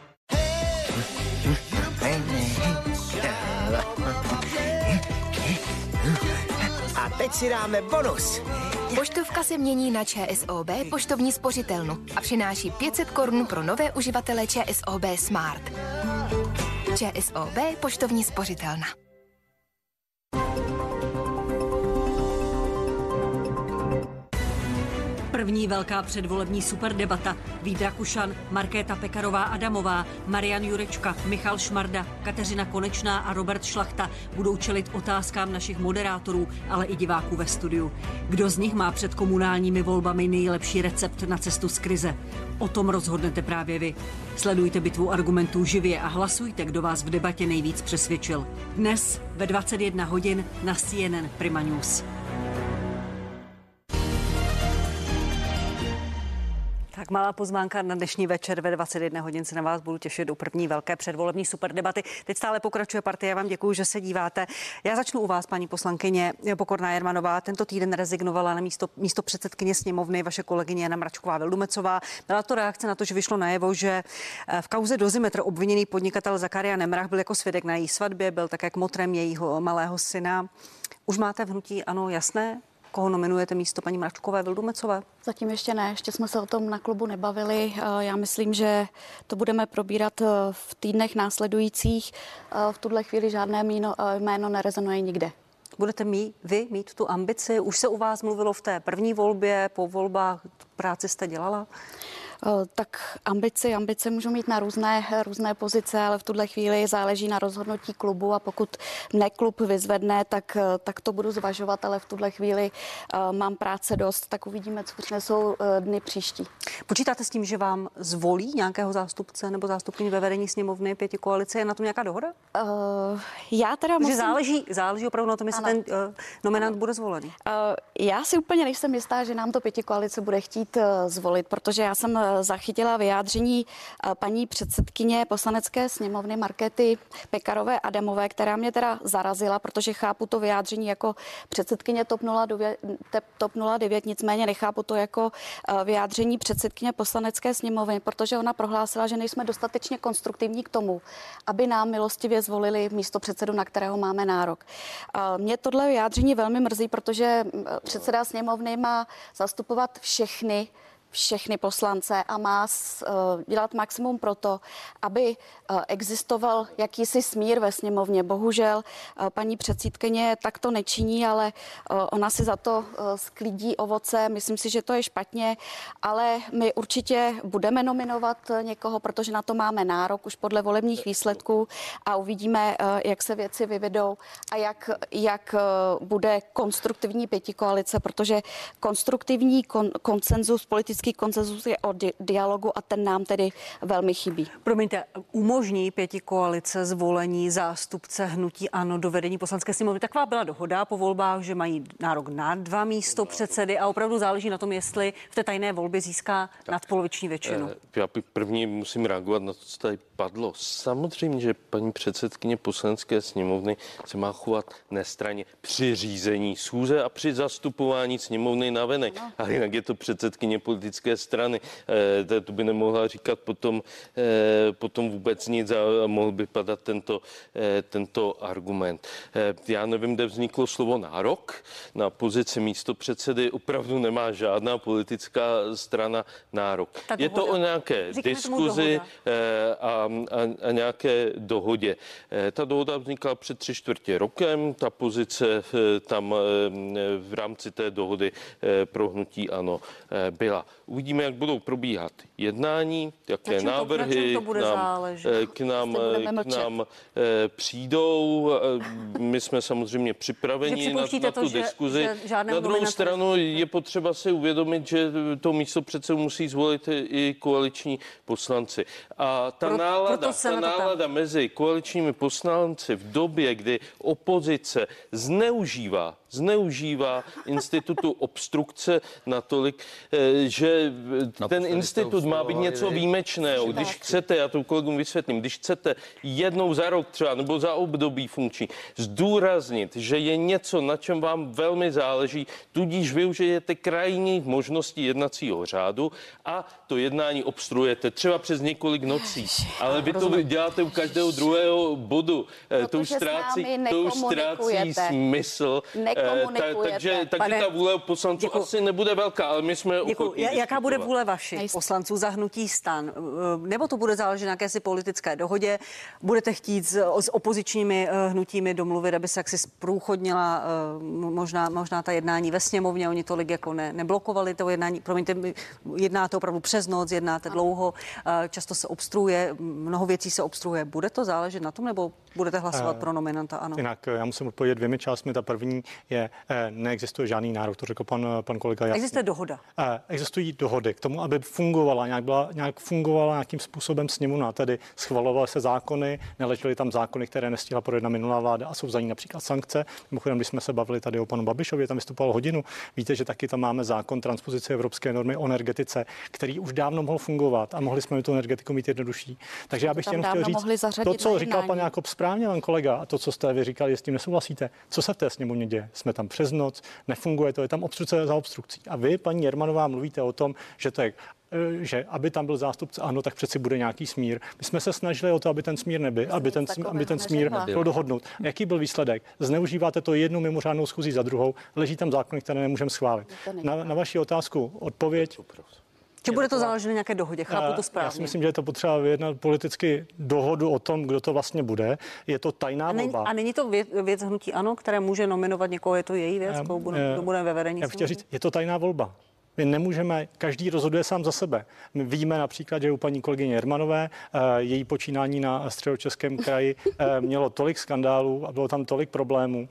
A teď si dáme bonus. Poštovka se mění na ČSOB poštovní spořitelnu a přináší 500 korun pro nové uživatele ČSOB Smart. ČSOB poštovní spořitelna. První velká předvolební superdebata. Vít Rakušan, Markéta Pekarová Adamová, Marian Jurečka, Michal Šmarda, Kateřina Konečná a Robert Šlachta budou čelit otázkám našich moderátorů, ale i diváků ve studiu. Kdo z nich má před komunálními volbami nejlepší recept na cestu z krize? O tom rozhodnete právě vy. Sledujte bitvu argumentů živě a hlasujte, kdo vás v debatě nejvíc přesvědčil. Dnes ve 21 hodin na CNN Prima News. Tak Malá pozvánka na dnešní večer ve 21 hodin se na vás budu těšit u první velké předvolební superdebaty. Teď stále pokračuje partie, já vám děkuji, že se díváte. Já začnu u vás, paní poslankyně Pokorná Jermanová. Tento týden rezignovala na místo předsedkyně sněmovny vaše kolegyně Jana Mračková-Vildumetzová. Byla to reakce na to, že vyšlo najevo, že v kauze Dozimetr obviněný podnikatel Zakaria Nemrach byl jako svědek na její svatbě, byl také kmotrem jejího malého syna. Už máte v hnutí ANO jasné, koho nominujete místo paní Mračkové-Vildumetzové? Zatím ještě ne, ještě jsme se o tom na klubu nebavili. Já myslím, že to budeme probírat v týdnech následujících. V tuhle chvíli žádné jméno nerezonuje nikde. Budete vy mít tu ambici? Už se u vás mluvilo v té první volbě, po volbách práci jste dělala? Tak ambice můžu mít na různé pozice, ale v tuhle chvíli záleží na rozhodnutí klubu a pokud mne klub vyzvedne, tak to budu zvažovat, ale v tuhle chvíli mám práce dost, tak uvidíme, co přinesou dny příští. Počítáte s tím, že vám zvolí nějakého zástupce nebo zástupkyni ve vedení sněmovny pětikoalice? Je na tom nějaká dohoda? Já teda musím... záleží opravdu na tom, jestli ten nominant bude zvolený. Já si úplně nejsem jistá, že nám to pětikoalice bude chtít zvolit, protože já jsem zachytila vyjádření paní předsedkyně Poslanecké sněmovny Markéty Pekarové Adamové, která mě teda zarazila, protože chápu to vyjádření jako předsedkyně TOP 09, nicméně nechápu to jako vyjádření předsedkyně Poslanecké sněmovny, protože ona prohlásila, že nejsme dostatečně konstruktivní k tomu, aby nám milostivě zvolili místopředsedu, na kterého máme nárok. Mě tohle vyjádření velmi mrzí, protože předseda sněmovny má zastupovat všechny poslance a má dělat maximum pro to, aby existoval jakýsi smír ve sněmovně. Bohužel paní předsedkyně tak to nečiní, ale ona si za to sklídí ovoce. Myslím si, že to je špatně, ale my určitě budeme nominovat někoho, protože na to máme nárok už podle volebních výsledků a uvidíme, jak se věci vyvedou a jak bude konstruktivní pětikoalice, protože konstruktivní konsenzus, politický konsenzus je o dialogu a ten nám tedy velmi chybí. Promiňte, umožní pětikoalice zvolení zástupce hnutí ANO do vedení Poslanecké sněmovny? Taková byla dohoda po volbách, že mají nárok na 2 místopředsedy a opravdu záleží na tom, jestli v té tajné volbě získá nadpoloviční většinu. Já první musím reagovat na to, co tady padlo. Samozřejmě, že paní předsedkyně Poslanecké sněmovny se má chovat nestranně při řízení schůze a při zastupování sněmovny navenek. A jinak je to předsedkyně politické strany. To by nemohla říkat potom vůbec nic a mohl by padat tento argument. Já nevím, kde vzniklo slovo nárok. Na pozici místopředsedy opravdu nemá žádná politická strana nárok. Je to o nějaké diskuzi a nějaké dohodě. Ta dohoda vznikla před 3/4 rokem. Ta pozice tam v rámci té dohody pro hnutí ANO byla. Uvidíme, jak budou probíhat jednání, jaké návrhy k nám přijdou. My jsme samozřejmě připraveni na tu diskuzi. Na druhou stranu je potřeba si uvědomit, že to místopředsedu musí zvolit i koaliční poslanci. A ta nálada mezi koaličními poslanci v době, kdy opozice zneužívá institutu obstrukce natolik, že ten institut má být něco výjimečného. Když chcete, já to kolegům vysvětlím, když chcete jednou za rok třeba nebo za období funkční zdůraznit, že je něco, na čem vám velmi záleží, tudíž využijete krajních možností jednacího řádu a to jednání obstruujete třeba přes několik nocí. Ale vy to děláte u každého druhého bodu. To už ztrácí smysl. Takže ta vůle poslanců asi nebude velká, ale my jsme ochotní. Jaká bude vůle vašich poslanců za hnutí STAN? Nebo to bude záležet na jakési politické dohodě? Budete chtít s opozičními hnutími domluvit, aby se jaksi zprůchodnila možná ta jednání ve sněmovně? Oni tolik jako neblokovali to jednání. Promiňte, jednáte opravdu přes noc, jednáte dlouho, často se obstruuje, mnoho věcí se obstruuje. Bude to záležet na tom, nebo budete hlasovat pro nominanta ANO? Jinak já musím odpovědět 2 částmi. Ta první je, neexistuje žádný nárok, to řekl pan kolega. Existuje dohoda. Existují té dohody, k tomu, aby fungovala, nějak fungovala nějakým způsobem sněmovna, tedy schvalovaly se zákony, neležely tam zákony, které nestihla projednat minulá vláda a jsou za ní například sankce. Mimochodem, když jsme se bavili tady o panu Babišovi, tam vystupoval hodinu, víte, že taky tam máme zákon transpozice evropské normy o energetice, který už dávno mohl fungovat a mohli jsme tu energetiku mít jednodušší. Takže já bych jenom chtěl říct, to, co říkal pan Jákob správně, pan kolega, a to, co jste vy říkali, s tím nesouhlasíte. Co se v té sněmovně děje? Jsme tam přes noc, nefunguje to, je tam obstrukce za obstrukcí. A vy, paní Jermanová, mluvíte o tom, že to je, že aby tam byl zástupce ANO, tak přeci bude nějaký smír. My jsme se snažili o to, aby ten smír nebyl, aby ten smír byl dohodnut. Jaký byl výsledek? Zneužíváte to jednu mimořádnou schůzí za druhou, leží tam zákony, které nemůžeme schválit. Na vaši otázku odpověď. Či bude to záležet na nějaké dohodě? Chápu to správně. Já si myslím, že je to potřeba vyjednat politicky dohodu o tom, kdo to vlastně bude. Je to tajná volba. A není to věc hnutí ANO, které může nominovat někoho, je to její věc, kdo bude ve vedení? Já bych chtěl říct, je to tajná volba. My nemůžeme, každý rozhoduje sám za sebe. My víme například, že u paní kolegyně Jermanové její počínání na Středočeském kraji mělo tolik skandálů a bylo tam tolik problémů.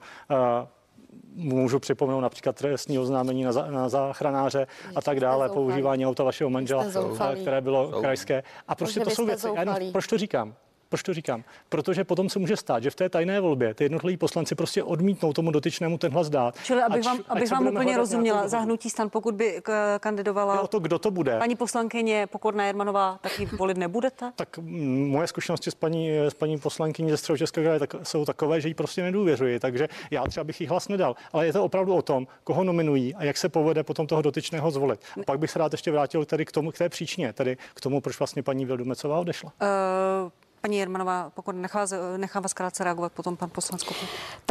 Můžu připomenout například trestní oznámení na záchranáře a tak dále, používání auta vašeho manžela, které bylo krajské. A prostě to jsou věci. Proč to říkám? Protože potom se může stát, že v té tajné volbě ty jednotliví poslanci prostě odmítnou tomu dotyčnému ten hlas dát. Čili abych vám úplně rozuměla, za hnutí STAN, pokud by kandidovala to, kdo to bude. Paní poslankyně Pokorná Jermanová, tak ji volit nebudete? Tak moje zkušenosti s paní poslankyní ze Středočeského kraje jsou takové, že jí prostě nedůvěřuji, takže já třeba bych jí hlas nedal. Ale je to opravdu o tom, koho nominují a jak se povede potom toho dotyčného zvolit. A pak bych se rád ještě vrátil tady k té příčině, tedy k tomu, proč vlastně paní Vildumetzová odešla. Paní Jermanová, pokud nechá vás krátce reagovat, potom pan poslanec Koten.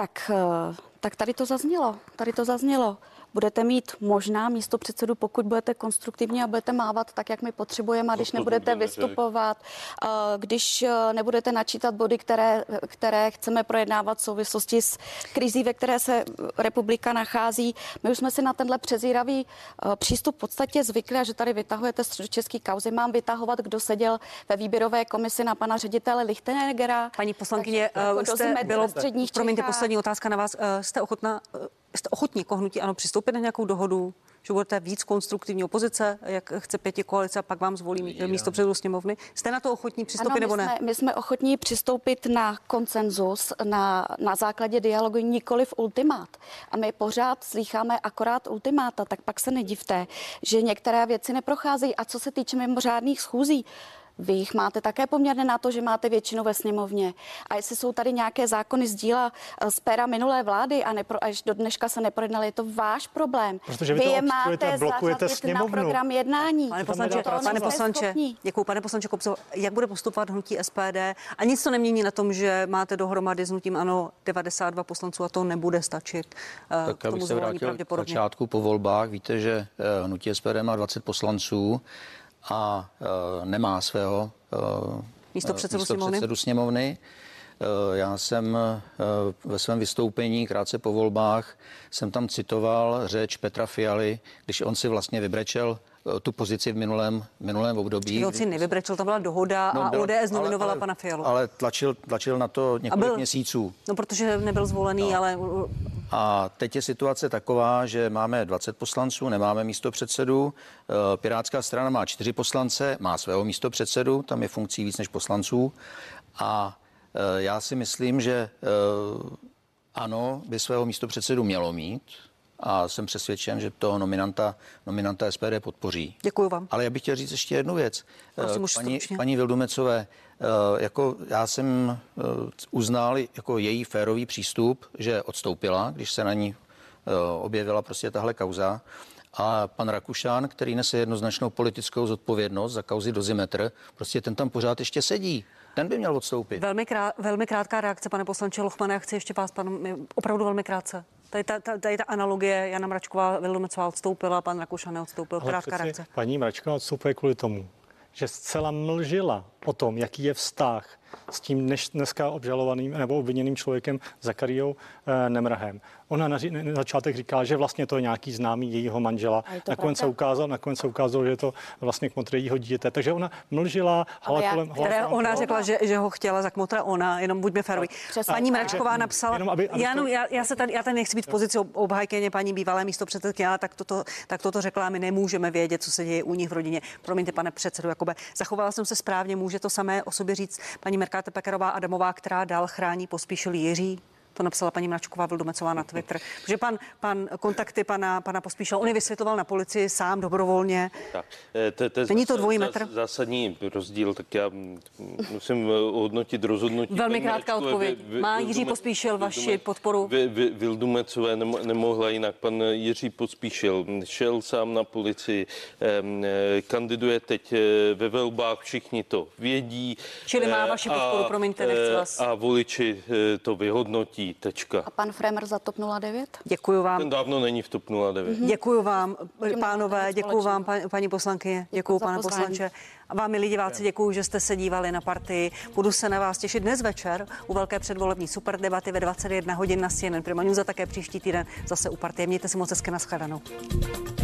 Tak tady to zaznělo. Budete mít možná místopředsedu, pokud budete konstruktivní a budete mávat tak, jak my potřebujeme, a když nebudete vystupovat, když nebudete načítat body, které chceme projednávat v souvislosti s krizí, ve které se republika nachází. My už jsme si na tenhle přezíravý přístup v podstatě zvykli, a že tady vytahujete středočeský kauzy. Mám vytahovat, kdo seděl ve výběrové komisi na pana ředitele Lichtenegera. Paní poslankyně, promiňte, poslední otázka na vás. Jste ochotní jako hnutí ANO přistoupit na nějakou dohodu, že budete víc konstruktivní opozice, jak chce pětikoalice, a pak vám zvolí místopředsedu sněmovny? Jste na to ochotní přistoupit, nebo ne? My jsme ochotní přistoupit na konsenzus na základě dialogu, nikoliv ultimát. A my pořád slýcháme akorát ultimáta, tak pak se nedivte, že některé věci neprocházejí. A co se týče mimořádných schůzí, vy jich máte také poměrně na to, že máte většinu ve sněmovně. A jestli jsou tady nějaké zákony z díla z péra minulé vlády a až do dneška se neprojednaly, je to váš problém. Protože vy je máte zařadit na program jednání. Pane poslanče, děkuji. Pane poslanče Kobzo, jak bude postupovat hnutí SPD? A nic to nemění na tom, že máte dohromady s hnutím ANO 92 poslanců a to nebude stačit. Tak abych se vrátil k začátku po volbách. Víte, že hnutí SPD má 20 poslanců a nemá svého místopředsedu sněmovny. Já jsem ve svém vystoupení krátce po volbách jsem tam citoval řeč Petra Fialy, když on si vlastně vybrečel tu pozici v minulém období. On si nevybrečel, tam byla dohoda a ODS nominovala pana Fialu. Ale tlačil na to několik měsíců. No, protože nebyl zvolený, ale... A teď je situace taková, že máme 20 poslanců, nemáme místopředsedu. Pirátská strana má 4 poslance, má svého místopředsedu, tam je funkcí víc než poslanců. A já si myslím, že ANO by svého místopředsedu mělo mít. A jsem přesvědčen, že toho nominanta SPD podpoří. Děkuji vám. Ale já bych chtěl říct ještě jednu věc. Paní Vildumecové, jako já jsem uznal jako její férový přístup, že odstoupila, když se na ní objevila prostě tahle kauza. A pan Rakušan, který nese jednoznačnou politickou zodpovědnost za kauzy Dozimetr, prostě ten tam pořád ještě sedí. Ten by měl odstoupit. Velmi krátká reakce, pane poslanče Lochmane. Já chci ještě vás, opravdu velmi krátce. Tady ta analogie, Jana Mračková, Vildumetzová odstoupila, pan Rakušan neodstoupil. Krátká reakce. Paní Mračková odstoupila kvůli tomu, že zcela mlžila o tom, jaký je vztah s tím dneska obžalovaným nebo obviněným člověkem Zakariou Nemrahem. Ona na začátek říkala, že vlastně to je nějaký známý jejího manžela. Nakonec se ukázalo, že je to vlastně kmotr jejího dítěte. Takže ona mlžila. Ona řekla, že ho chtěla za kmotra ona, jenom buďme féroví. Paní Mračková napsala, já tady nechci být v pozici obhajkyně paní bývalé místopředsedkyně, ale tak toto řekla, my nemůžeme vědět, co se děje u nich v rodině. Promiňte, pane předsedo Jakobe, zachovala jsem se správně, může to samé o sobě říct paní Merkáte Pekarová Adamová, která dál chrání Pospíšil Jiří. To napsala paní Mračková Vildumecová na Twitter. Protože pan kontakty pana Pospíšila, on je vysvětloval na policii sám dobrovolně. Není to dvojí metr? Zásadní rozdíl, tak já musím hodnotit rozhodnutí. Velmi krátká odpověď. Má Jiří Pospíšil vaši podporu? Vildumecové nemohla jinak. Pan Jiří Pospíšil šel sám na policii, kandiduje teď ve volbách, všichni to vědí. Čili má vaši podporu, promiňte, nechci vás. A voliči to vyhodnotí. Tečka. A pan Fremer za TOP 09? Děkuju vám. Ten dávno není v TOP 09. Děkuju vám, pánové, děkuju vám, paní poslankyně, děkuju, pane poslanče. A vám, milí diváci, děkuju, že jste se dívali na Partii. Budu se na vás těšit dnes večer u velké předvolební superdebaty ve 21 hodin na CNN Prima News a také příští týden zase u Partie. Mějte si moc hezky, nashledanou.